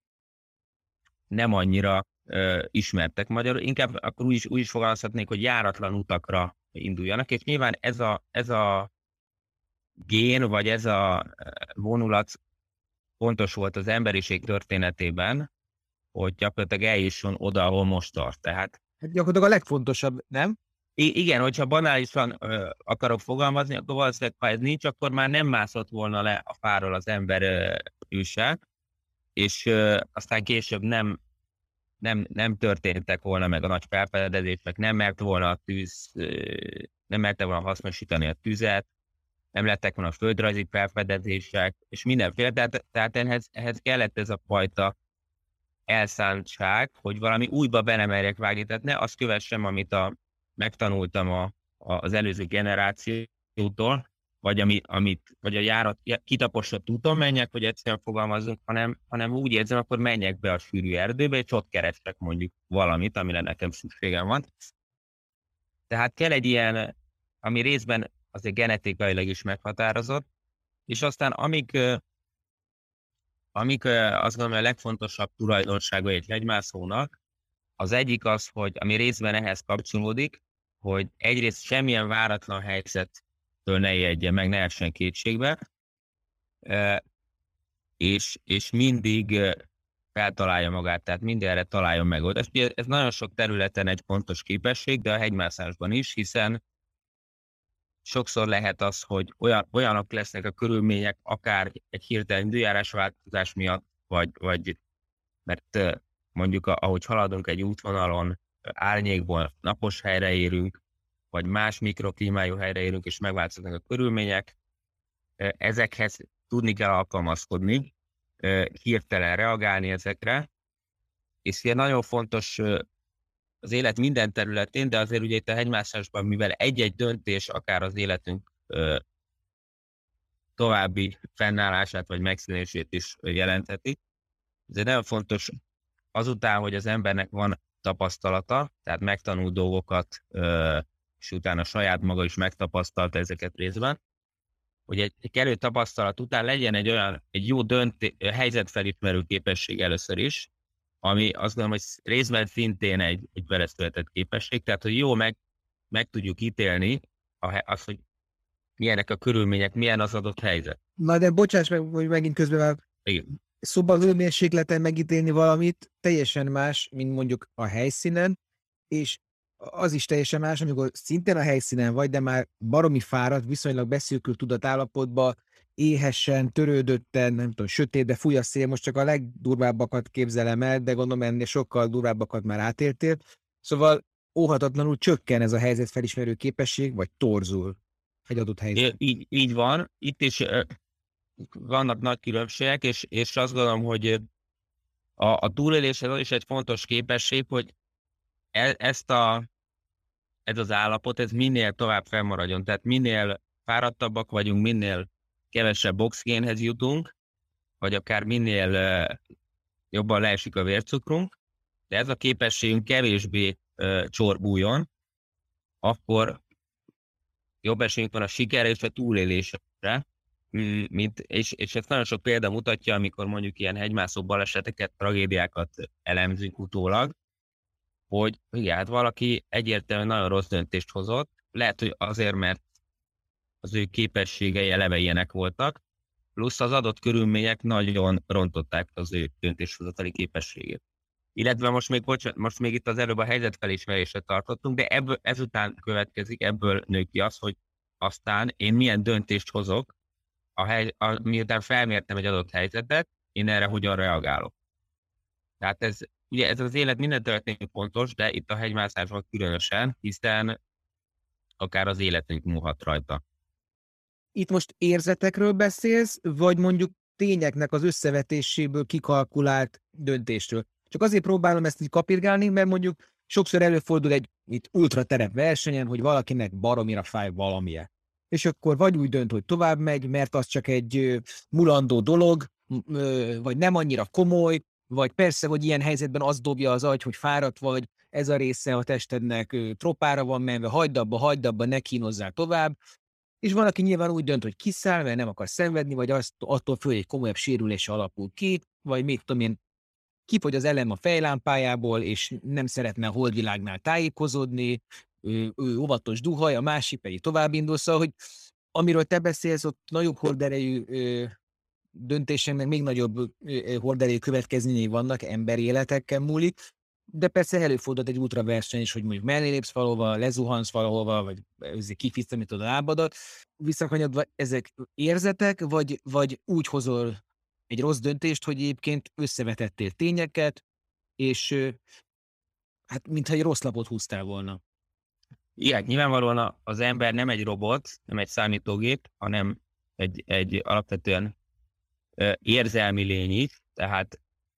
nem annyira ö, ismertek magyarul. Inkább akkor úgy is, úgy is fogalmazhatnék, hogy járatlan utakra induljanak, és nyilván ez a, ez a gén, vagy ez a vonulat fontos volt az emberiség történetében, hogy gyakorlatilag eljusson oda, ahol most tart. Tehát, hát gyakorlatilag a legfontosabb, nem? Igen, hogyha banálisan ö, akarok fogalmazni, akkor valószínűleg, ha ez nincs, akkor már nem mászott volna le a fáról az ember ö, őse, és ö, aztán később nem, nem, nem történtek volna meg a nagy felfedezések, nem mert volna a tűz, ö, nem merte volna hasznosítani a tüzet, nem lettek volna a földrajzi felfedezések, és mindenféle, tehát, tehát ehhez, ehhez kellett ez a fajta elszántság, hogy valami újba belemerjek vágni, tehát ne azt kövessem, amit a, megtanultam a, a, az előző generációtól, vagy, ami, amit, vagy a járat, kitaposott úton menjek, hogy egyszerűen fogalmazunk, hanem, hanem úgy érzem, akkor menjek be a sűrű erdőbe, és ott keresek mondjuk valamit, amire nekem szükségem van. Tehát kell egy ilyen, ami részben azért genetikailag is meghatározott, és aztán amik, amik azt gondolom a legfontosabb tulajdonsága egy hegymászónak, az egyik az, hogy ami részben ehhez kapcsolódik, hogy egyrészt semmilyen váratlan helyzettől ne ijedjen meg, ne essen kétségbe, és, és mindig feltalálja magát, tehát mindenre találjon megoldást. Ez nagyon sok területen egy fontos képesség, de a hegymászásban is, hiszen sokszor lehet az, hogy olyan, olyanok lesznek a körülmények, akár egy hirtelen időjárásváltozás miatt, vagy, vagy mert mondjuk ahogy haladunk egy útvonalon, árnyékból napos helyre érünk, vagy más mikroklímájú helyre érünk, és megváltoznak a körülmények. Ezekhez tudni kell alkalmazkodni, hirtelen reagálni ezekre, és ilyen nagyon fontos az élet minden területén, de azért ugye itt a hegymászásban, mivel egy-egy döntés akár az életünk ö, további fennállását vagy megszűnését is jelentheti. Ez nagyon fontos azután, hogy az embernek van tapasztalata, tehát megtanul dolgokat, ö, és utána saját maga is megtapasztalta ezeket részben, hogy egy, egy kellő tapasztalat után legyen egy olyan, egy jó dönté, helyzetfelismerő képesség először is, ami azt gondolom, hogy részben szintén egy, egy beleszületett képesség, tehát hogy jó meg, meg tudjuk ítélni azt, hogy milyenek a körülmények, milyen az adott helyzet. Na de bocsáss meg, hogy megint közben már szóval az hőmérsékleten megítélni valamit teljesen más, mint mondjuk a helyszínen, és az is teljesen más, amikor szintén a helyszínen vagy, de már baromi fáradt, viszonylag beszűkült tudatállapotban, éhesen, törődötten, nem tudom, sötétbe fúj a szél, most csak a legdurvábbakat képzelem el, de gondolom ennél sokkal durvábbakat már átéltél. Szóval óhatatlanul csökken ez a helyzetfelismerő képesség, vagy torzul egy adott helyzet. Így, így van, itt is vannak nagy különbségek, és, és azt gondolom, hogy a, a túlélés az is egy fontos képesség, hogy e, ezt a, ez az állapot, ez minél tovább fennmaradjon, tehát minél fáradtabbak vagyunk, minél kevesebb oxigénhez jutunk, vagy akár minél uh, jobban leesik a vércukrunk, de ez a képességünk kevésbé uh, csorbuljon, akkor jobb esélyünk van a sikerre és a túlélésre. mint, és, és ezt nagyon sok példa mutatja, amikor mondjuk ilyen hegymászó baleseteket, tragédiákat elemzünk utólag, hogy igen, hát valaki egyértelműen nagyon rossz döntést hozott, lehet, hogy azért, mert az ő képességei eleve ilyenek voltak, plusz az adott körülmények nagyon rontották az ő döntéshozatali képességét. Illetve most még, bocsánat, most még itt az előbb a helyzetfelismerésre tartottunk, de ebből, ezután következik, ebből nő ki az, hogy aztán én milyen döntést hozok, a hely, a, miután felmértem egy adott helyzetet, én erre hogyan reagálok. Tehát ez, ugye ez az élet minden történik fontos, de itt a hegymászásban különösen, hiszen akár az életünk múlhat rajta. Itt most érzetekről beszélsz, vagy mondjuk tényeknek az összevetéséből kikalkulált döntésről? Csak azért próbálom ezt így kapirgálni, mert mondjuk sokszor előfordul egy itt ultraterep versenyen, hogy valakinek baromira fáj valamilyen. És akkor vagy úgy dönt, hogy tovább megy, mert az csak egy ö, mulandó dolog, ö, vagy nem annyira komoly, vagy persze, hogy ilyen helyzetben az dobja az agy, hogy fáradt vagy, ez a része a testednek ö, tropára van menve, hagyd abba, hagyd abba, ne kínozzál tovább. És van, aki nyilván úgy dönt, hogy kiszáll, mert nem akar szenvedni, vagy azt, attól föl, hogy egy komolyabb sérülése alakul ki, vagy mit tudom én, kifogy az elem a fejlámpájából, és nem szeretne a holdvilágnál tájékozódni, ő, ő óvatos duhaj, a másik pedig tovább indul, szóval, hogy amiről te beszélsz, ott nagyobb horderejű döntéseknek még nagyobb ö, horderejű következményei vannak, emberi életekkel múlik, de persze előfordult egy ultraverseny is, hogy mondjuk mellé lépsz valahova, lezuhansz valahova, vagy kifisztamítod a lábadat. Visszakanyodva, ezek érzetek, vagy, vagy úgy hozol egy rossz döntést, hogy egyébként összevetettél tényeket, és ö, hát mintha egy rossz lapot húztál volna. Igen, nyilvánvalóan az ember nem egy robot, nem egy számítógép, hanem egy, egy alapvetően ö, érzelmi lény is, tehát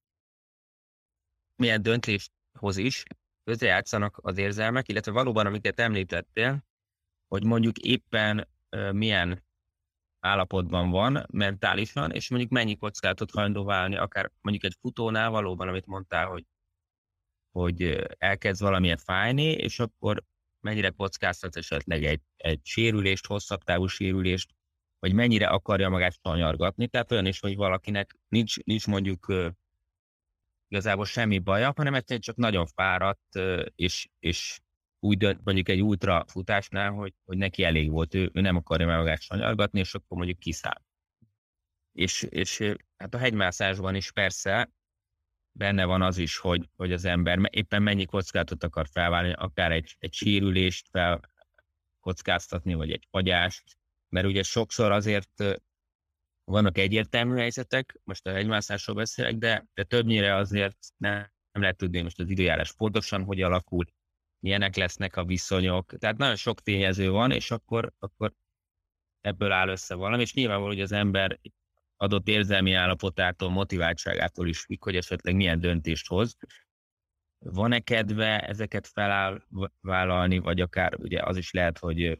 milyen döntést hoz is, közrejátszanak az érzelmek, illetve valóban, amiket említettél, hogy mondjuk éppen ö, milyen állapotban van mentálisan, és mondjuk mennyi kockázatot hajlandó válni, akár mondjuk egy futónál valóban, amit mondtál, hogy, hogy elkezd valamilyen fájni, és akkor mennyire kockáztat esetleg egy, egy sérülést, hosszabb távú sérülést, vagy mennyire akarja magát sanyargatni. Tehát olyan is, hogy valakinek nincs, nincs mondjuk uh, igazából semmi baja, hanem egyszerűen csak nagyon fáradt, uh, és, és úgy dönt, mondjuk egy ultra futásnál, hogy, hogy neki elég volt, ő, ő nem akarja magát sanyargatni, és akkor mondjuk kiszáll. És, és hát a hegymászásban is persze benne van az is, hogy, hogy az ember éppen mennyi kockázatot akar felvállalni, akár egy, egy sérülést felkockáztatni, vagy egy fagyást, mert ugye sokszor azért vannak egyértelmű helyzetek, most a hegymászásról beszélek, de, de többnyire azért nem, nem lehet tudni most az időjárás pontosan, hogy alakul, milyenek lesznek a viszonyok, tehát nagyon sok tényező van, és akkor, akkor ebből áll össze valami, és nyilvánvaló, hogy az ember adott érzelmi állapotától, motiváltságától is függ, hogy esetleg milyen döntést hoz. Van-e kedve ezeket felvállalni, vagy akár ugye az is lehet, hogy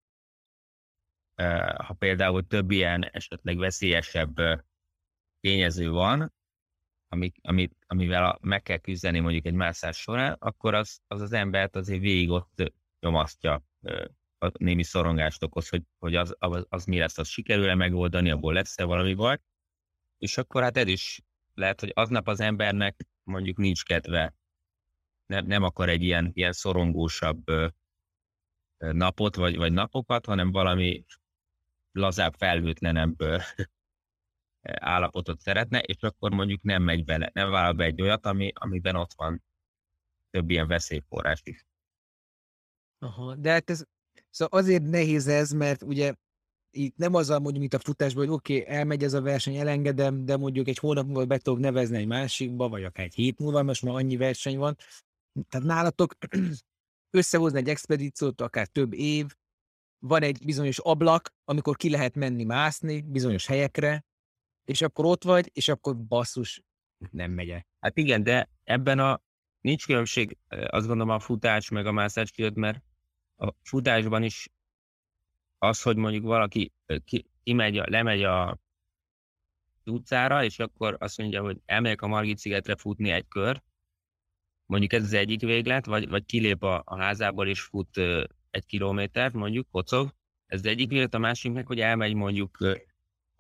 ha például több ilyen esetleg veszélyesebb tényező van, amik, amit, amivel a, meg kell küzdeni mondjuk egy mászás során, akkor az az, az embert azért végig ott nyomasztja, a némi szorongást okoz, hogy, hogy az, az, az mi lesz, az sikerül-e megoldani, abból lesz-e valami baj. És akkor hát ez is lehet, hogy aznap az embernek mondjuk nincs kedve, nem, nem akar egy ilyen, ilyen szorongósabb napot, vagy, vagy napokat, hanem valami lazább, felhőtlenebb állapotot szeretne, és akkor mondjuk nem megy bele, nem vállal be egy olyat, ami, amiben ott van több ilyen veszélyforrás is. Aha, de hát ez szóval azért nehéz ez, mert ugye itt nem azzal mondjuk, mint a futásban, hogy oké, okay, elmegy ez a verseny, elengedem, de mondjuk egy hónap múlva be tudok nevezni egy másikba, vagy akár egy hét múlva, most már annyi verseny van. Tehát nálatok összehozni egy expedíciót, akár több év, van egy bizonyos ablak, amikor ki lehet menni mászni bizonyos helyekre, és akkor ott vagy, és akkor basszus, nem megy. Hát igen, de ebben a nincs különbség, azt gondolom a futás meg a mászás között, mert a futásban is az, hogy mondjuk valaki ki, kimegy, lemegy a utcára, és akkor azt mondja, hogy elmegyek a Margit-szigetre futni egy kör, mondjuk ez az egyik véglet, vagy, vagy kilép a, a házából és fut uh, egy kilométert, mondjuk, kocog, ez az egyik véglet, a másik meg, hogy elmegy mondjuk uh,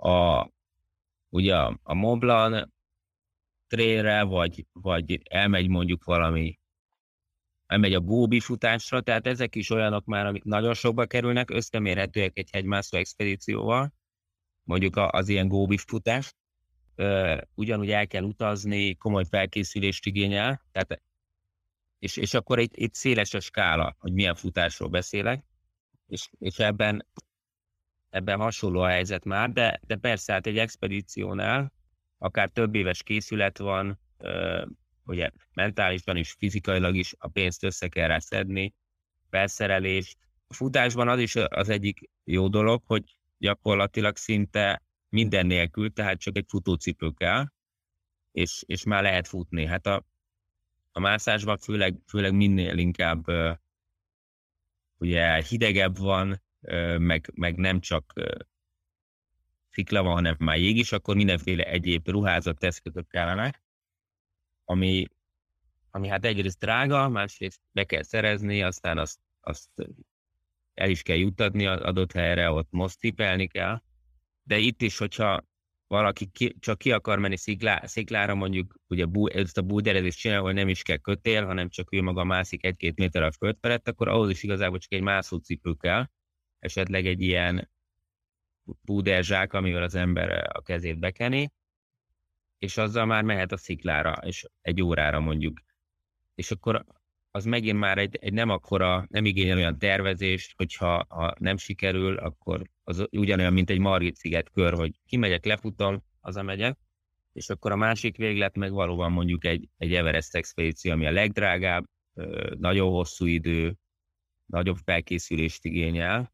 a, ugye a Mont Blanc trailre, vagy, vagy elmegy mondjuk valami, elmegy a Gobi futásra, tehát ezek is olyanok már, amik nagyon sokba kerülnek, összemérhetőek egy hegymászó expedícióval, mondjuk az ilyen Gobi futás. Ugyanúgy el kell utazni, komoly felkészülést igényel, tehát, és, és akkor itt, itt széles a skála, hogy milyen futásról beszélek, és, és ebben, ebben hasonló a helyzet már, de, de persze hát egy expedíciónál akár több éves készület van, ugye mentálisan is, fizikailag is a pénzt össze kell rá szedni, felszerelést. A futásban az is az egyik jó dolog, hogy gyakorlatilag szinte minden nélkül, tehát csak egy futócipő kell, és, és már lehet futni. Hát a, a mászásban főleg, főleg minél inkább uh, ugye hidegebb van, uh, meg, meg nem csak uh, szikla van, hanem már jég is, akkor mindenféle egyéb ruházat, eszközök kellenek, ami, ami hát egyrészt drága, másrészt be kell szerezni, aztán azt, azt el is kell juttatni az adott helyre, ott most tippelni kell. De itt is, hogyha valaki ki, csak ki akar menni sziklá, sziklára, mondjuk ugye bú, ezt a búderezést csinál, ahol nem is kell kötél, hanem csak ő maga mászik egy-két méter a föld felett, akkor ahhoz is igazából csak egy mászócipő kell, esetleg egy ilyen búderzsák, amivel az ember a kezét bekeni, és azzal már mehet a sziklára, és egy órára mondjuk. És akkor az megint már egy, egy nem akkora, nem igényel olyan tervezést, hogyha ha nem sikerül, akkor az ugyanolyan, mint egy Margit-sziget kör, hogy kimegyek, lefutom, hazamegyek, és akkor a másik véglet meg valóban mondjuk egy, egy Everest expedíció, ami a legdrágább, nagyon hosszú idő, nagyobb felkészülést igényel.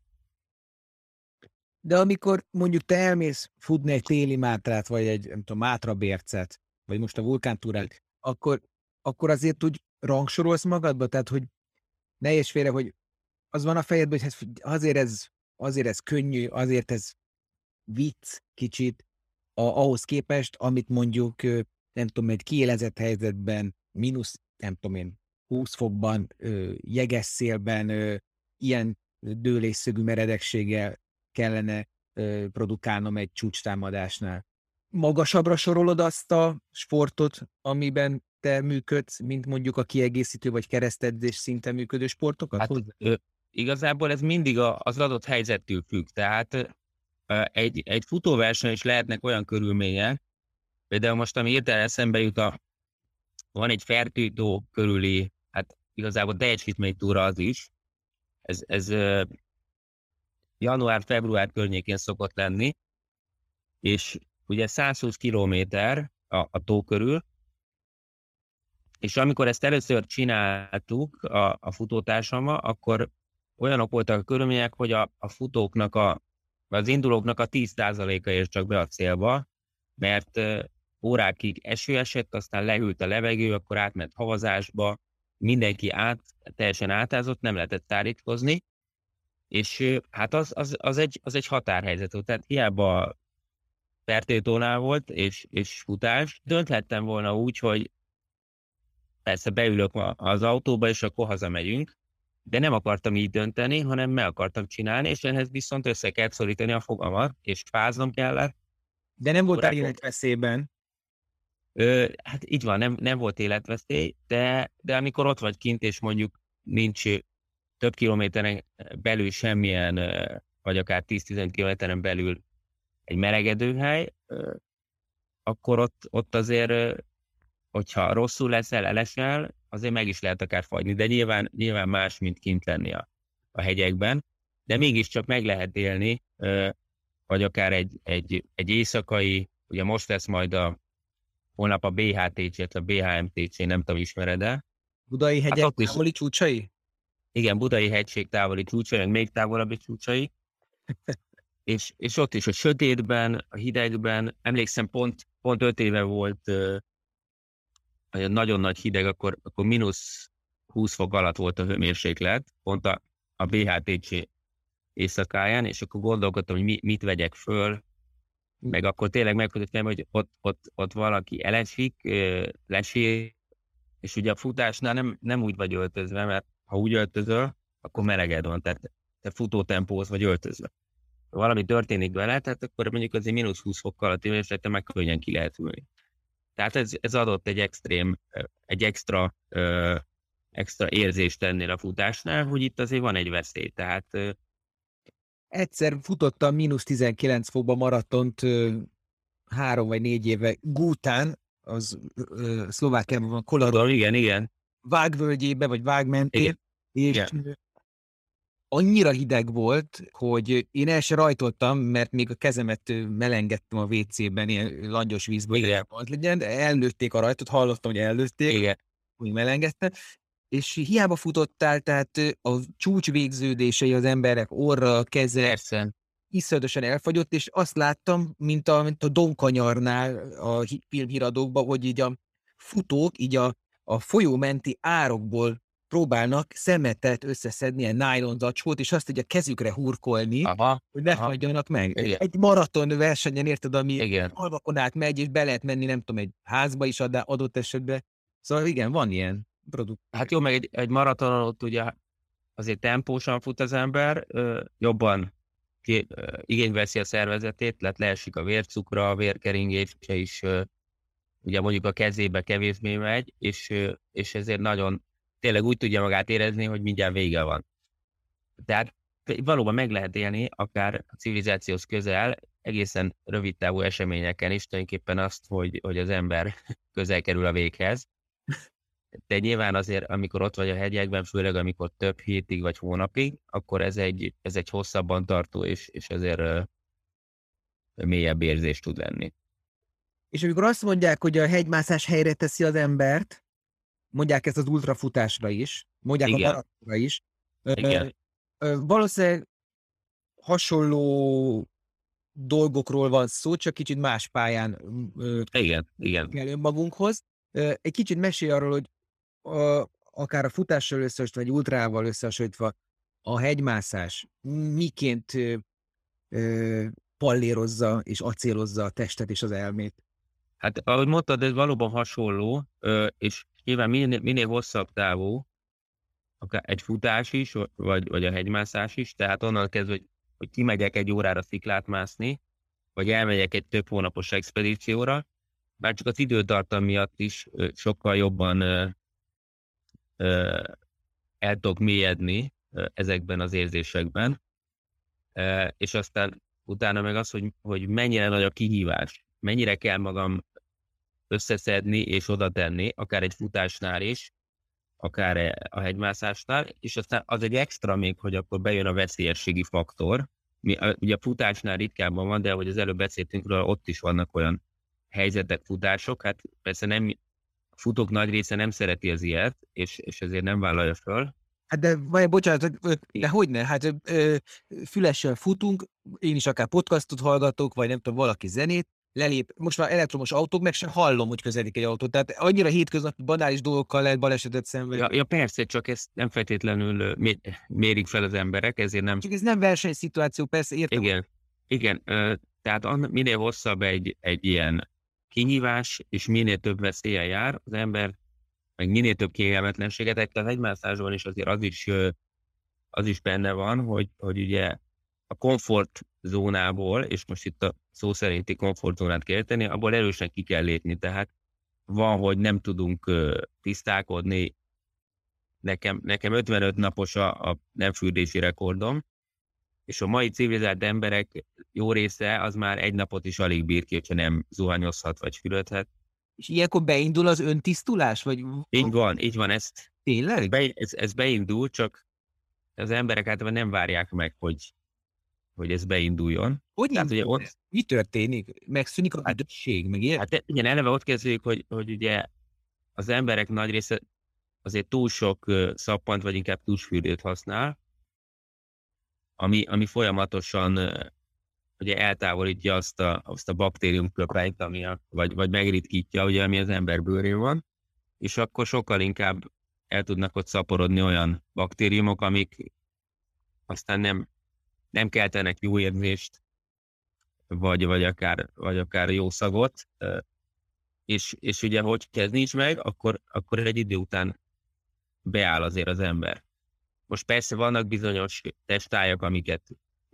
De amikor mondjuk te elmész futni egy téli Mátrát, vagy egy, nem tudom, Mátra-Bércet, vagy most a vulkántúrát, akkor, akkor azért úgy rangsorolsz magadba? Tehát, hogy ne érts félre, hogy az van a fejedben, hogy azért ez, azért ez könnyű, azért ez vicc kicsit, a, ahhoz képest, amit mondjuk, nem tudom, egy kiélezett helyzetben, mínusz, nem tudom én, húsz fokban, jeges szélben, ilyen dőlésszögű meredekséggel kellene produkálnom egy csúcstámadásnál. Magasabbra sorolod azt a sportot, amiben te működsz, mint mondjuk a kiegészítő vagy keresztedzés szinten működő sportokat? Hát, ö, igazából ez mindig a, az adott helyzettől függ. Tehát ö, egy, egy futóverseny is lehetnek olyan körülmények, például most, ami hirtelen eszembe jut, a, van egy Fertőtó körüli, hát igazából teljesítménytúra az is. Ez, ez ö, január-február környékén szokott lenni, és ugye százhúsz kilométer a, a tó körül, és amikor ezt először csináltuk a, a futótársammal, akkor olyanok voltak a körülmények, hogy a, a futóknak, a, az indulóknak a tíz százaléka ért csak be a célba, mert uh, órákig eső esett, aztán lehűlt a levegő, akkor átment havazásba, mindenki át, teljesen átázott, nem lehetett tárítkozni, és uh, hát az, az, az, egy, az egy határhelyzet volt, tehát hiába Fertőtónál volt, és, és futás, dönthettem volna úgy, hogy persze beülök az autóba, és akkor hazamegyünk, de nem akartam így dönteni, hanem meg akartam csinálni, és ehhez viszont össze kellett szorítani a fogamat, és fáznom kellett. De nem voltál életveszélyben? Ö, hát így van, nem, nem volt életveszély, de, de amikor ott vagy kint, és mondjuk nincs több kilométeren belül semmilyen, vagy akár tíz-tizenöt kilométeren belül egy melegedőhely, akkor ott, ott azért, hogyha rosszul leszel, elesel, azért meg is lehet akár fagyni, de nyilván, nyilván más, mint kint lenni a, a hegyekben, de mégiscsak meg lehet élni, vagy akár egy, egy, egy éjszakai, ugye most lesz majd a holnap a bé há té cé, a bé há em té cé, nem tudom, ismered-e? Budai hegyek hát távoli csúcsai? Igen, Budai hegység távoli csúcsai, meg még távolabbi csúcsai. és, és ott is a sötétben, a hidegben, emlékszem, pont, pont öt éve volt uh, nagyon nagy hideg, akkor, akkor mínusz húsz fok alatt volt a hőmérséklet, pont a, a bé há té cé éjszakáján, és akkor gondolkodtam, hogy mi, mit vegyek föl, meg akkor tényleg megkötöttem, hogy ott, ott, ott valaki elesik, lesír, és ugye a futásnál nem, nem úgy vagy öltözve, mert ha úgy öltözöl, akkor meleged van, tehát te futótempóhoz vagy öltözve. valami történik vele, tehát akkor mondjuk azért mínusz húsz fokkal a hőmérsékleten meg könnyen ki lehet ülni. Tehát ez, ez adott egy extrém, egy extra, ö, extra érzést ennél a futásnál, hogy itt azért van egy veszély. Tehát, ö, Egyszer futottam mínusz tizenkilenc fokba maratont ö, három vagy négy éve Gútán, az ö, Szlovákiában van, Kolarov igen, igen. vágvölgyébe, vagy vág mentén, Igen. és Igen. annyira hideg volt, hogy én el se rajtoltam, mert még a kezemet melengedtem a vé cében, ilyen langyos vízből, Igen. hogy legyen, de elnőtték a rajtot, hallottam, hogy elnőtték, Igen. hogy melengedtem, és hiába futottál, tehát a csúcs végződései az emberek orra, keze, Persze. iszonyatosan elfagyott, és azt láttam, mint a, mint a Donkanyarnál a filmhíradókban, hogy így a futók így a, a folyó menti árokból próbálnak szemetet összeszedni, ilyen nylon zacskót, és azt így a kezükre hurkolni, Aha. hogy ne Aha. fagyjanak meg. Igen. Egy maraton versenyen, érted, ami Igen. alvakon át megy, és be lehet menni, nem tudom, egy házba is adá, adott esetben. Szóval igen, van ilyen produkt. Hát jó, meg egy, egy maratonon ott ugye azért tempósan fut az ember, ö, jobban ki, ö, igénybe veszi a szervezetét, lehet leesik a vércukra, a vérkeringése is ö, ugye mondjuk a kezébe kevésbé megy, és, ö, és ezért nagyon tényleg úgy tudja magát érezni, hogy mindjárt vége van. Tehát valóban meg lehet élni, akár a civilizációhoz közel, egészen rövid távú eseményeken is, tulajdonképpen azt, hogy, hogy az ember közel kerül a véghez. De nyilván azért, amikor ott vagy a hegyekben, főleg amikor több hétig vagy hónapig, akkor ez egy, ez egy hosszabban tartó, és, és ezért uh, mélyebb érzés tud lenni. És amikor azt mondják, hogy a hegymászás helyre teszi az embert, mondják ezt az ultrafutásra is, mondják Igen. a maratonra is, Igen. Ö, ö, valószínűleg hasonló dolgokról van szó, csak kicsit más pályán ö, Igen, igen. kell önmagunkhoz. Ö, egy kicsit mesélj arról, hogy a, akár a futással összehasonlítva, vagy ultrával összehasonlítva, a hegymászás miként ö, ö, pallérozza és acélozza a testet és az elmét. Hát ahogy mondtad, ez valóban hasonló, ö, és nyilván minél, minél hosszabb távú, akár egy futás is, vagy, vagy a hegymászás is, tehát onnan kezdve, hogy, hogy kimegyek egy órára sziklát mászni, vagy elmegyek egy több hónapos expedícióra, bár csak az időtartam miatt is ö, sokkal jobban ö, ö, el tudok mélyedni ö, ezekben az érzésekben, ö, és aztán utána meg az, hogy, hogy mennyire nagy a kihívás, mennyire kell magam összeszedni és oda tenni, akár egy futásnál is, akár a hegymászásnál, és aztán az egy extra még, hogy akkor bejön a veszélyességi faktor. Mi, ugye a futásnál ritkábban van, de ahogy az előbb beszéltünk róla, ott is vannak olyan helyzetek, futások, hát persze nem, a futók nagy része nem szereti az ilyet, és, és ezért nem vállalja föl. Hát de, vagy bocsánat, de hogyne, hát ö, fülessel futunk, én is akár podcastot hallgatok, vagy nem tudom, valaki zenét, lelép, most már elektromos autók, meg sem hallom, hogy közeledik egy autó. Tehát annyira hétköznapi banális dolgokkal lehet balesetet szenvedni. Ja, ja persze, csak ezt nem feltétlenül mérik fel az emberek, ezért nem... Csak ez nem versenyszituáció, persze, értem. Igen, igen, tehát minél hosszabb egy, egy ilyen kihívás, és minél több veszélye jár, az ember meg minél több kényelmetlenséget, egy az egymászásban is azért az is, az is benne van, hogy, hogy ugye a komfortzónából, és most itt a szó szerinti komfortzónát kell tenni, abból erősen ki kell lépni, tehát van, hogy nem tudunk tisztálkodni. Nekem, nekem ötvenöt napos a, a nem fürdési rekordom, és a mai civilizált emberek jó része az már egy napot is alig bír ki, hogyha nem zuhanyozhat vagy fürödhet. És ilyenkor beindul az öntisztulás? Vagy... Így van, így van, ezt, Tényleg? Ez, be, ez, ez beindul, csak az emberek általában nem várják meg, hogy, hogy ez beinduljon. Hogy Tehát, ugye ott, mi történik? Megszűnik a büdösség, meg ilyen? Hát igen, eleve ott kezdődik, hogy, hogy ugye az emberek nagy része azért túl sok szappant, vagy inkább tusfürdőt használ, ami, ami folyamatosan ugye eltávolítja azt a, azt a baktériumköpenyt, ami a, vagy, vagy megritkítja, ugye, ami az ember bőrén van, és akkor sokkal inkább el tudnak ott szaporodni olyan baktériumok, amik aztán nem, nem keltenek jó érzést, vagy, vagy, akár, vagy akár jó szagot, és, és ugye, hogy ez nincs meg, akkor, akkor egy idő után beáll azért az ember. Most persze vannak bizonyos testályok, amiket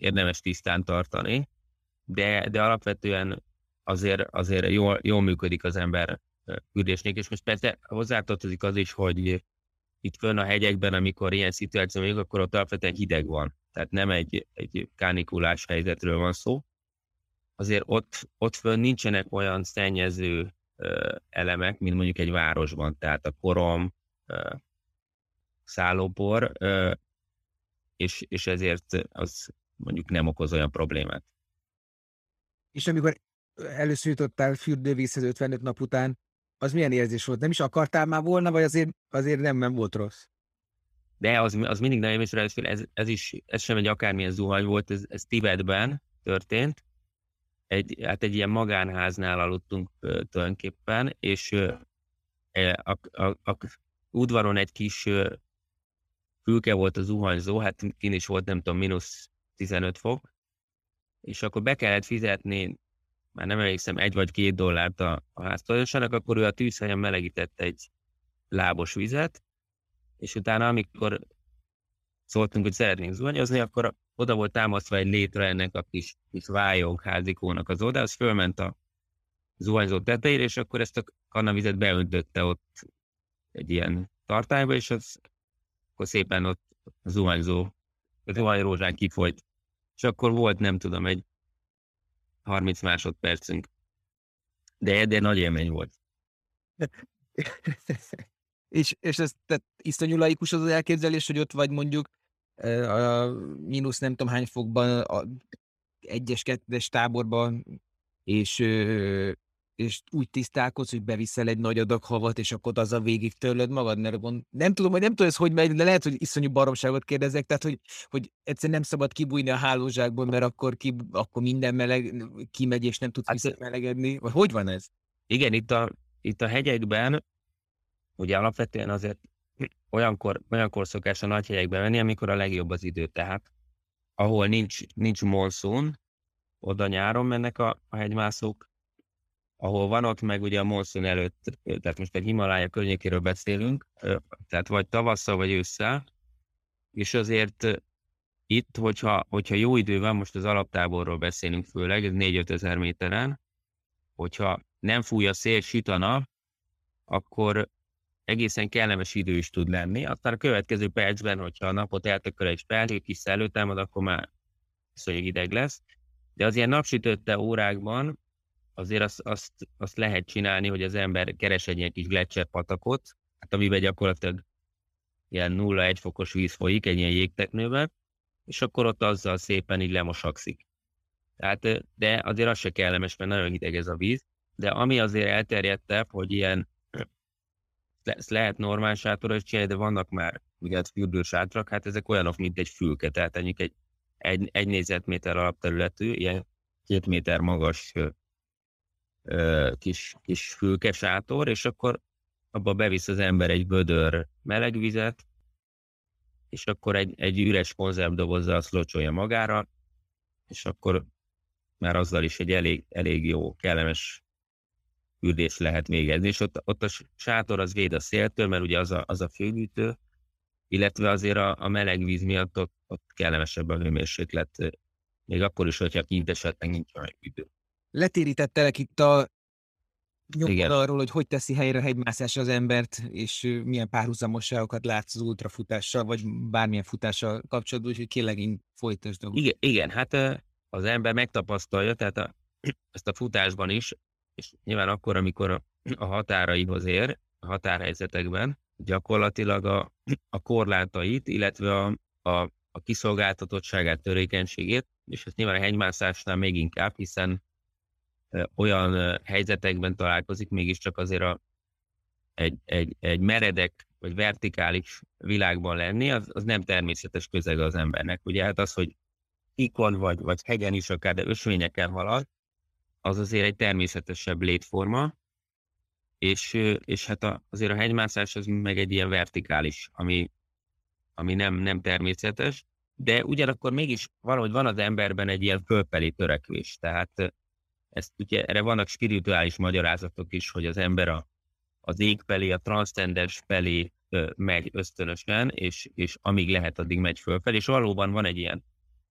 érdemes tisztán tartani, de, de alapvetően azért, azért jól, jól működik az ember fürdésnél, és most persze hozzátartozik az is, hogy itt fönn a hegyekben, amikor ilyen szituáció még, akkor ott alapvetően hideg van. Tehát nem egy, egy kánikulás helyzetről van szó. Azért ott, ott fönn nincsenek olyan szennyező ö, elemek, mint mondjuk egy városban. Tehát a korom, ö, szállópor, ö, és, és ezért az mondjuk nem okoz olyan problémát. És amikor először jutottál fürdővízhez ötvenöt nap után, az milyen érzés volt? Nem is akartál már volna, vagy azért, azért nem, nem volt rossz? De az, az mindig nagyon és ez, ez is, ez sem egy akármilyen zuhany volt, ez, ez Tibetben történt. Egy, hát egy ilyen magánháznál aludtunk uh, tulajdonképpen, és uh, a, a, a udvaron egy kis uh, fülke volt a zuhanyzó, hát kint is volt nem tudom, mínusz tizenöt fok, és akkor be kellett fizetni, már nem emlékszem, egy vagy két dollárt a, a háztulajdonosának, akkor ő a tűzhelyen melegített egy lábos vizet, és utána, amikor szóltunk, hogy szeretnénk zuhanyozni, akkor oda volt támasztva egy létre ennek a kis, kis vályog házikónak az oldal, az fölment a zuhanyzó tetejére, és akkor ezt a kannavizet beöntötte ott egy ilyen tartályba, és az akkor szépen ott a zuhanyzó, a zuhanyrózsán kifolyt. És akkor volt, nem tudom, egy harminc másodpercünk. De, de nagy élmény volt. és, és ez tehát iszonyú laikus az az elképzelés, hogy ott vagy mondjuk a mínusz nem tudom hány fokban, a egyes, kettes táborban, és, és úgy tisztálkodsz, hogy beviszel egy nagy adag havat, és akkor azzal végig törlöd magad, mert gond... nem tudom, hogy nem tudom, ez hogy megy, de lehet, hogy iszonyú baromságot kérdezek, tehát, hogy, hogy egyszerűen nem szabad kibújni a hálózsákból, mert akkor, ki, akkor minden meleg kimegy, és nem tudsz hát, visszamelegedni, vagy hogy van ez? Igen, itt a, itt a hegyekben, ugye alapvetően azért olyankor, olyankor szokás a nagy hegyekbe menni, amikor a legjobb az idő, tehát ahol nincs, nincs monszun, oda nyáron mennek a, a hegymászók, ahol van ott meg ugye a monszun előtt, tehát most egy Himalája környékéről beszélünk, tehát vagy tavasszal, vagy ősszel, és azért itt, hogyha, hogyha jó idő van, most az alaptáborról beszélünk főleg, ez négy-öt ezer méteren, hogyha nem fúj a szél, süt a nap, akkor egészen kellemes idő is tud lenni. Aztán a következő percben, hogyha a napot eltököl egy felhő, kis szellőtámad, akkor már viszonylag hideg lesz. De az ilyen napsütötte órákban azért azt, azt, azt lehet csinálni, hogy az ember keres egy ilyen kis gleccserpatakot, hát amiben gyakorlatilag ilyen nulla egy fokos víz folyik, egy ilyen jégteknőben, és akkor ott azzal szépen így lemosakszik. Tehát, de azért az se kellemes, mert nagyon hideg ez a víz. De ami azért elterjedtebb, hogy ilyen ezt lehet normál sátorra is csinálni, de vannak már ugye fürdősátrak, hát ezek olyanok, mint egy fülke, tehát ennyi egy, egy, egy négyzetméter alapterületű, ilyen két méter magas ö, ö, kis, kis fülke sátor, és akkor abba bevisz az ember egy vödör meleg vizet, és akkor egy, egy üres konzervdobozzal azt locsolja magára, és akkor már azzal is egy elég, elég jó, kellemes fürdést lehet végezni, és ott, ott a sátor az véd a széltől, mert ugye az a, az a főgyűjtő, illetve azért a, a meleg víz miatt ott, ott kellemesebb a hőmérséklet, még akkor is, hogyha kint esetleg nincs olyan idő. Letérítettelek itt a nyomon arról, hogy hogy teszi helyre a hegymászás az embert, és milyen párhuzamosságokat látsz az ultrafutással, vagy bármilyen futással kapcsolatban, úgyhogy kérlek, én folytasd. Igen, igen, hát az ember megtapasztalja, tehát a, ezt a futásban is, és nyilván akkor, amikor a, a határaihoz ér, a határhelyzetekben, gyakorlatilag a, a korlátait, illetve a, a, a kiszolgáltatottságát, törékenységét, és ezt nyilván a hegymászásnál még inkább, hiszen e, olyan e, helyzetekben találkozik mégiscsak azért a, egy, egy, egy meredek vagy vertikális világban lenni, az, az nem természetes közege az embernek. Ugye hát az, hogy ikon vagy, vagy hegyen is akár, de ösvényeken halad, az azért egy természetesebb létforma, és, és hát a, azért a hegymászás az meg egy ilyen vertikális, ami, ami nem, nem természetes, de ugyanakkor mégis valahogy van az emberben egy ilyen fölfelé törekvés, tehát ezt ugye erre vannak spirituális magyarázatok is, hogy az ember a, az ég felé, a transzcendens felé ö, megy ösztönösen, és, és amíg lehet, addig megy fölfelé, és valóban van egy ilyen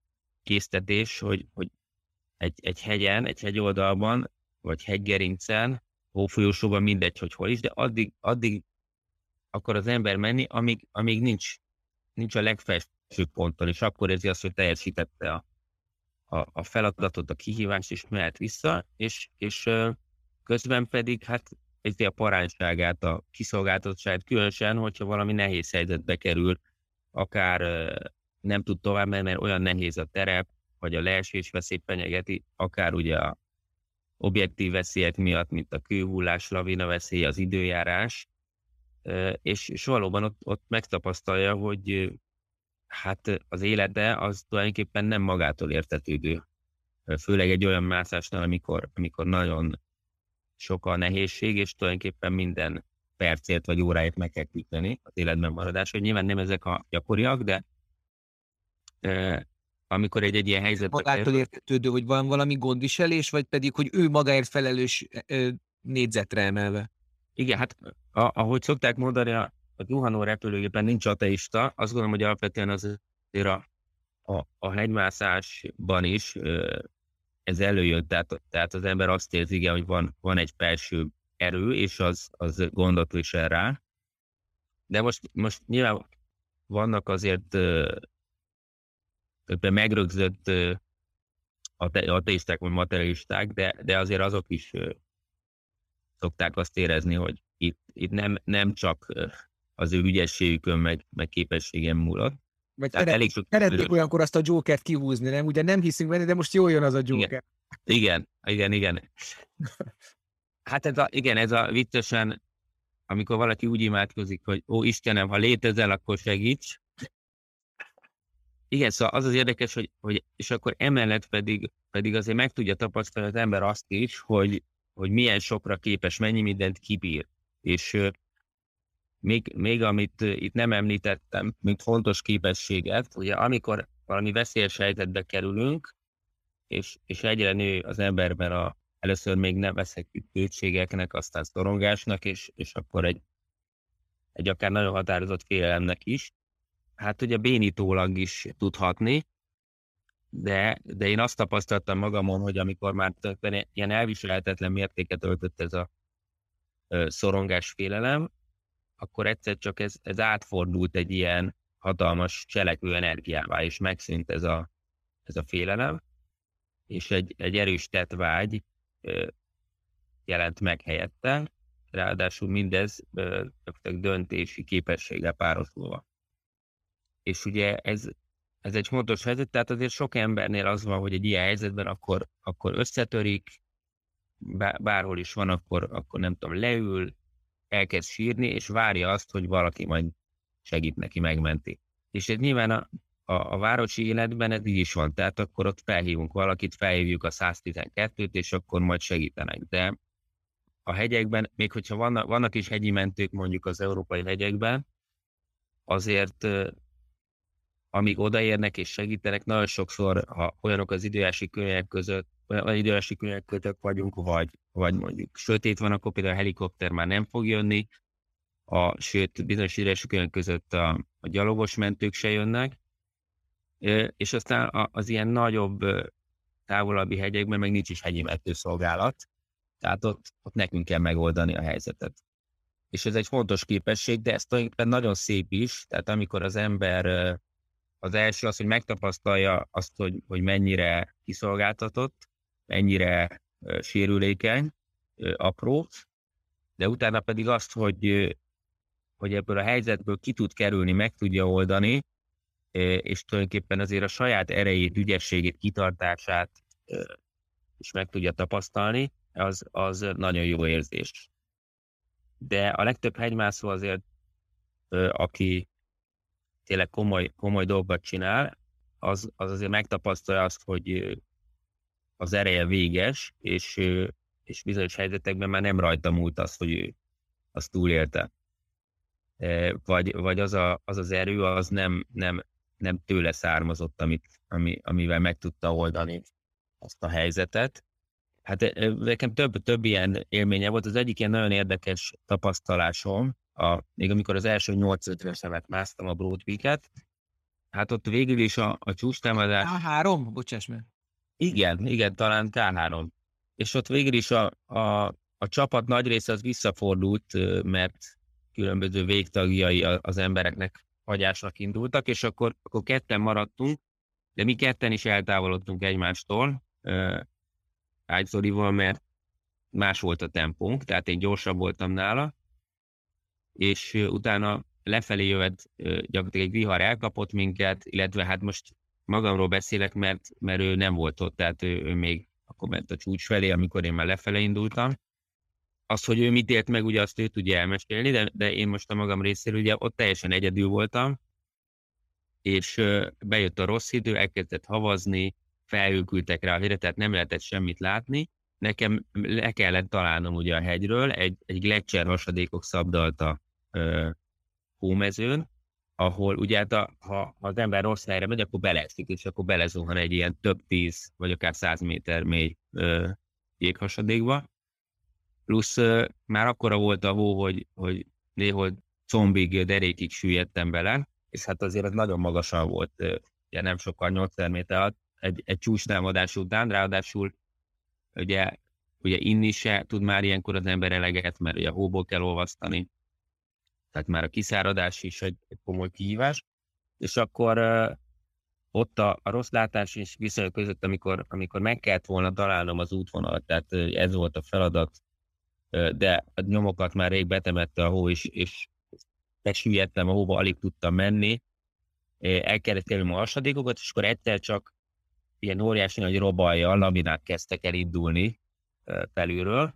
késztetés, hogy, hogy egy, egy hegyen, egy hegyoldalban, vagy hegygerincen, hófolyósóban, mindegy, hogy hol is, de addig, addig akar az ember menni, amíg, amíg nincs, nincs a legfelsőbb ponton, és akkor érzi azt, hogy teljesítette a, a, a feladatot, a kihívást, és mehet vissza, és, és közben pedig hát a parányságát, a kiszolgáltatottságát, különösen, hogyha valami nehéz helyzetbe kerül, akár nem tud tovább menni, mert olyan nehéz a terep, vagy a leesés veszély fenyegeti, akár ugye a objektív veszélyek miatt, mint a kőhullás, lavina veszély, az időjárás, és, és valóban ott, ott megtapasztalja, hogy hát az élete az tulajdonképpen nem magától értetődő. Főleg egy olyan mászásnál, amikor, amikor nagyon sok a nehézség, és tulajdonképpen minden percért vagy óráért meg kell küzdeni az életben maradás, hogy nyilván nem ezek a gyakoriak, de e, amikor egy, egy ilyen helyzetben... Magától értetődő, hogy van valami gondviselés, vagy pedig, hogy ő magáért felelős e, négyzetre emelve? Igen, hát a, ahogy szokták mondani, a, a zuhanó repülőgépen nincs ateista, azt gondolom, hogy alapvetően azért a, a, a hegymászásban is ez előjön, tehát, tehát az ember azt érzi, igen, hogy van, van egy felső erő, és az, az gondot visel rá. De most, most nyilván vannak azért megrögzött ateisták vagy materialisták, de, de azért azok is szokták azt érezni, hogy itt, itt nem, nem csak az ő ügyességükön meg, meg képességem múlott. Vagy szeret, szeretnék olyankor azt a Jokert kihúzni, nem? Ugye nem hiszünk benne, de most jól jön az a Joker. Igen, igen, igen. igen. Hát ez a, igen, ez a viccesen, amikor valaki úgy imádkozik, hogy ó Istenem, ha létezel, akkor segíts. Igen, szóval az az érdekes, hogy, hogy és akkor emellett pedig, pedig azért meg tudja tapasztalni az ember azt is, hogy, hogy milyen sokra képes, mennyi mindent kibír. És uh, még, még amit uh, itt nem említettem, mint fontos képességet, ugye amikor valami veszélyes helyzetbe kerülünk, és, és egyre nő az emberben a, először még nevezhetjük kétségeknek, aztán szorongásnak, és, és akkor egy, egy akár nagyon határozott félelemnek is. Hát ugye bénítólag is tudhatni, de, de én azt tapasztaltam magamon, hogy amikor már ilyen elviselhetetlen mértéket öltött ez a ö, szorongás félelem, akkor egyszer csak ez, ez átfordult egy ilyen hatalmas cselekvő energiává, és megszűnt ez a, ez a félelem, és egy, egy erős tettvágy ö, jelent meg helyette, ráadásul mindez ö, döntési képességgel párosulva. És ugye ez, ez egy fontos helyzet, tehát azért sok embernél az van, hogy egy ilyen helyzetben akkor, akkor összetörik, bárhol is van, akkor, akkor nem tudom, leül, elkezd sírni, és várja azt, hogy valaki majd segít neki, megmenti. És ez nyilván a, a, a városi életben ez így is van, tehát akkor ott felhívunk valakit, felhívjuk a száztizenkettőt, és akkor majd segítenek. De a hegyekben, még hogyha vannak, vannak is hegyi mentők mondjuk az európai hegyekben, azért amíg odaérnek és segítenek, nagyon sokszor, ha olyanok az időjárási körülmények között, olyan időjárási körülmények között vagyunk, vagy, vagy mondjuk sötét van, akkor például a helikopter már nem fog jönni, a, sőt, bizonyos időjárási körülmények között a, a gyalogos mentők se jönnek, és aztán az ilyen nagyobb, távolabbi hegyekben meg nincs is hegyi mentőszolgálat, tehát ott, ott nekünk kell megoldani a helyzetet. És ez egy fontos képesség, de ez tulajdonképpen nagyon szép is, tehát amikor az ember az első az, hogy megtapasztalja azt, hogy, hogy mennyire kiszolgáltatott, mennyire uh, sérülékeny, uh, apró, de utána pedig azt, hogy, uh, hogy ebből a helyzetből ki tud kerülni, meg tudja oldani, uh, és tulajdonképpen azért a saját erejét, ügyességét, kitartását uh, is meg tudja tapasztalni, az, az nagyon jó érzés. De a legtöbb hegymászó azért, uh, aki tényleg komoly, komoly dolgokat csinál, az, az azért megtapasztalja azt, hogy az ereje véges, és, és bizonyos helyzetekben már nem rajta múlt az, hogy ő azt túlélte. Vagy, vagy az, a, az az erő, az nem, nem, nem tőle származott, amit, ami, amivel meg tudta oldani azt a helyzetet. Hát nekem több, több ilyen élménye volt. Az egyik ilyen nagyon érdekes tapasztalásom, A, még amikor az első nyolcszázötveneset másztam a Broad Peak-et, hát ott végül is a, a csúcstámadás... ká három? Bocsáss meg. Igen, igen, talán ká három. És ott végül is a, a, a csapat nagy része az visszafordult, mert különböző végtagjai az embereknek hagyásnak indultak, és akkor, akkor ketten maradtunk, de mi ketten is eltávolodtunk egymástól Ágyzolival, mert más volt a tempónk, tehát én gyorsabb voltam nála, és utána lefelé jövet gyakorlatilag egy vihar elkapott minket, illetve hát most magamról beszélek, mert, mert ő nem volt ott, tehát ő, ő még akkor ment a csúcs felé, amikor én már lefele indultam. Az, hogy ő mit élt meg, ugye azt ő tudja elmesélni, de, de én most a magam részéről ugye ott teljesen egyedül voltam, és bejött a rossz idő, elkezdett havazni, felhőkültek rá a hegyre, tehát nem lehetett semmit látni. Nekem le kellett találnom ugye a hegyről, egy, egy gletscher hasadékok szabdalta ö, hómezőn, ahol ugye hát a, ha az ember rossz helyre megy, akkor beleeszik, és akkor belezuhan egy ilyen több tíz, vagy akár száz méter mély ö, jéghasadékba. Plusz ö, már akkora volt a hó, hogy, hogy néhol combig, derékig süllyedtem bele, és hát azért ez nagyon magasan volt, ö, ugye nem sokkal nyolcezer méter alatt, egy, egy csúcstámadás után, ráadásul ugye, ugye inni se tud már ilyenkor az ember eleget, mert ugye a hóból kell olvasztani, tehát már a kiszáradás is egy, egy komoly kihívás, és akkor uh, ott a, a rossz látás és viszonyok között, amikor, amikor meg kellett volna találnom az útvonalat, tehát uh, ez volt a feladat, uh, de a nyomokat már rég betemette a hó, és, és besüllyedtem a hóba, alig tudtam menni, uh, el kellett kerülni a hasadékokat, és akkor egyszer csak ilyen óriási nagy robajjal, laminák kezdtek el indulni uh, felülről,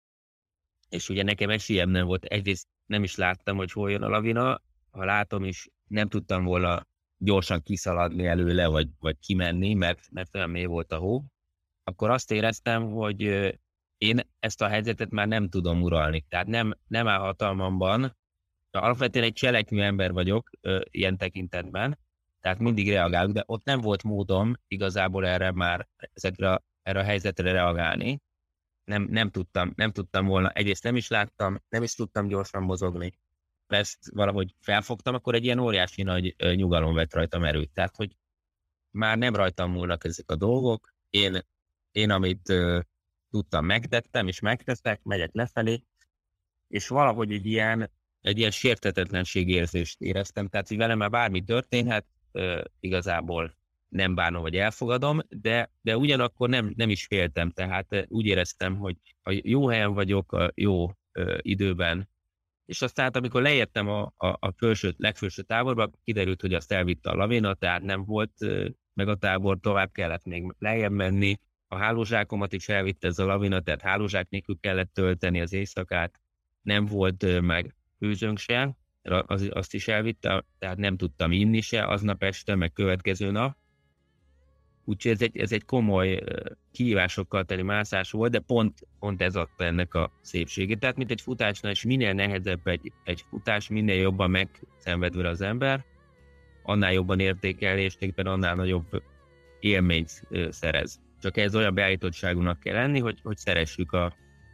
és ugye nekem esélyem nem volt, egyrészt nem is láttam, hogy hol jön a lavina, ha látom is, nem tudtam volna gyorsan kiszaladni előle, vagy, vagy kimenni, mert, mert olyan mély volt a hó, akkor azt éreztem, hogy én ezt a helyzetet már nem tudom uralni. Tehát nem, nem áll hatalmamban, alapvetően egy cselekvő ember vagyok ilyen tekintetben, tehát mindig reagálok, de ott nem volt módom igazából erre már, ezekre, erre a helyzetre reagálni. Nem, nem, tudtam, nem tudtam volna, egyrészt nem is láttam, nem is tudtam gyorsan mozogni. Ezt valahogy felfogtam, akkor egy ilyen óriási nagy nyugalom vett rajtam erőt. Tehát, hogy már nem rajtam múlnak ezek a dolgok, én, én amit uh, tudtam, megtettem, és megteszek, megyek lefelé, és valahogy egy ilyen, egy ilyen sértetetlenségérzést éreztem, tehát, hogy velem már bármi történhet, uh, igazából nem bánom, vagy elfogadom, de, de ugyanakkor nem, nem is féltem, tehát úgy éreztem, hogy a jó helyen vagyok, a jó uh, időben, és aztán, amikor leértem a, a, a felső, legfelső táborba, kiderült, hogy azt elvitte a lavina, tehát nem volt uh, meg a tábor, tovább kellett még lejjebb menni, a hálózsákomat is elvitte ez a lavina, tehát hálózsák nélkül kellett tölteni az éjszakát, nem volt uh, meg főzőnk se, az, azt is elvitte, tehát nem tudtam inni se aznap este, meg következő nap. Úgyhogy ez egy, ez egy komoly kihívásokkal teli mászás volt, de pont, pont ez adta ennek a szépségét. Tehát mint egy futásnál, és minél nehezebb egy, egy futás, minél jobban megszenvedve az ember, annál jobban értékel, és annál nagyobb élményt szerez. Csak ez olyan beállítottságunknak kell lenni, hogy, hogy szeressük a,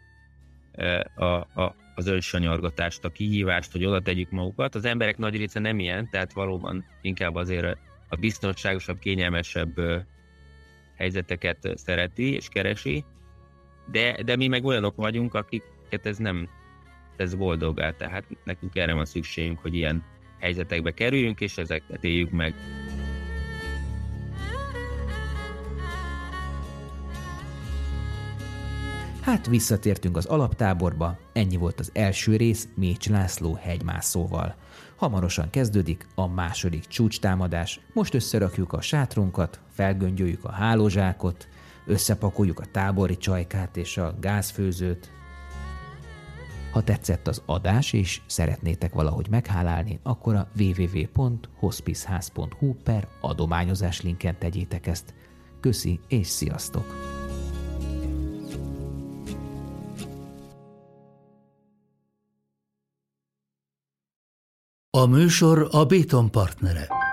a, a, az önsanyargatást, a kihívást, hogy oda tegyük magukat. Az emberek nagy része nem ilyen, tehát valóban inkább azért a biztonságosabb, kényelmesebb helyzeteket szereti és keresi, de, de mi meg olyanok vagyunk, akiket ez nem ez boldogá, tehát nekünk erre van szükségünk, hogy ilyen helyzetekbe kerüljünk, és ezeket éljük meg. Hát visszatértünk az alaptáborba, ennyi volt az első rész Mécs László hegymászóval. Hamarosan kezdődik a második csúcstámadás, most összerakjuk a sátrunkat, felgöngyöljük a hálózsákot, összepakoljuk a tábori csajkát és a gázfőzőt. Ha tetszett az adás és szeretnétek valahogy meghálálni, akkor a double-u double-u double-u pont hospicehz pont hu per adományozás linken tegyétek ezt. Köszi és sziasztok! A műsor a Béton partnere.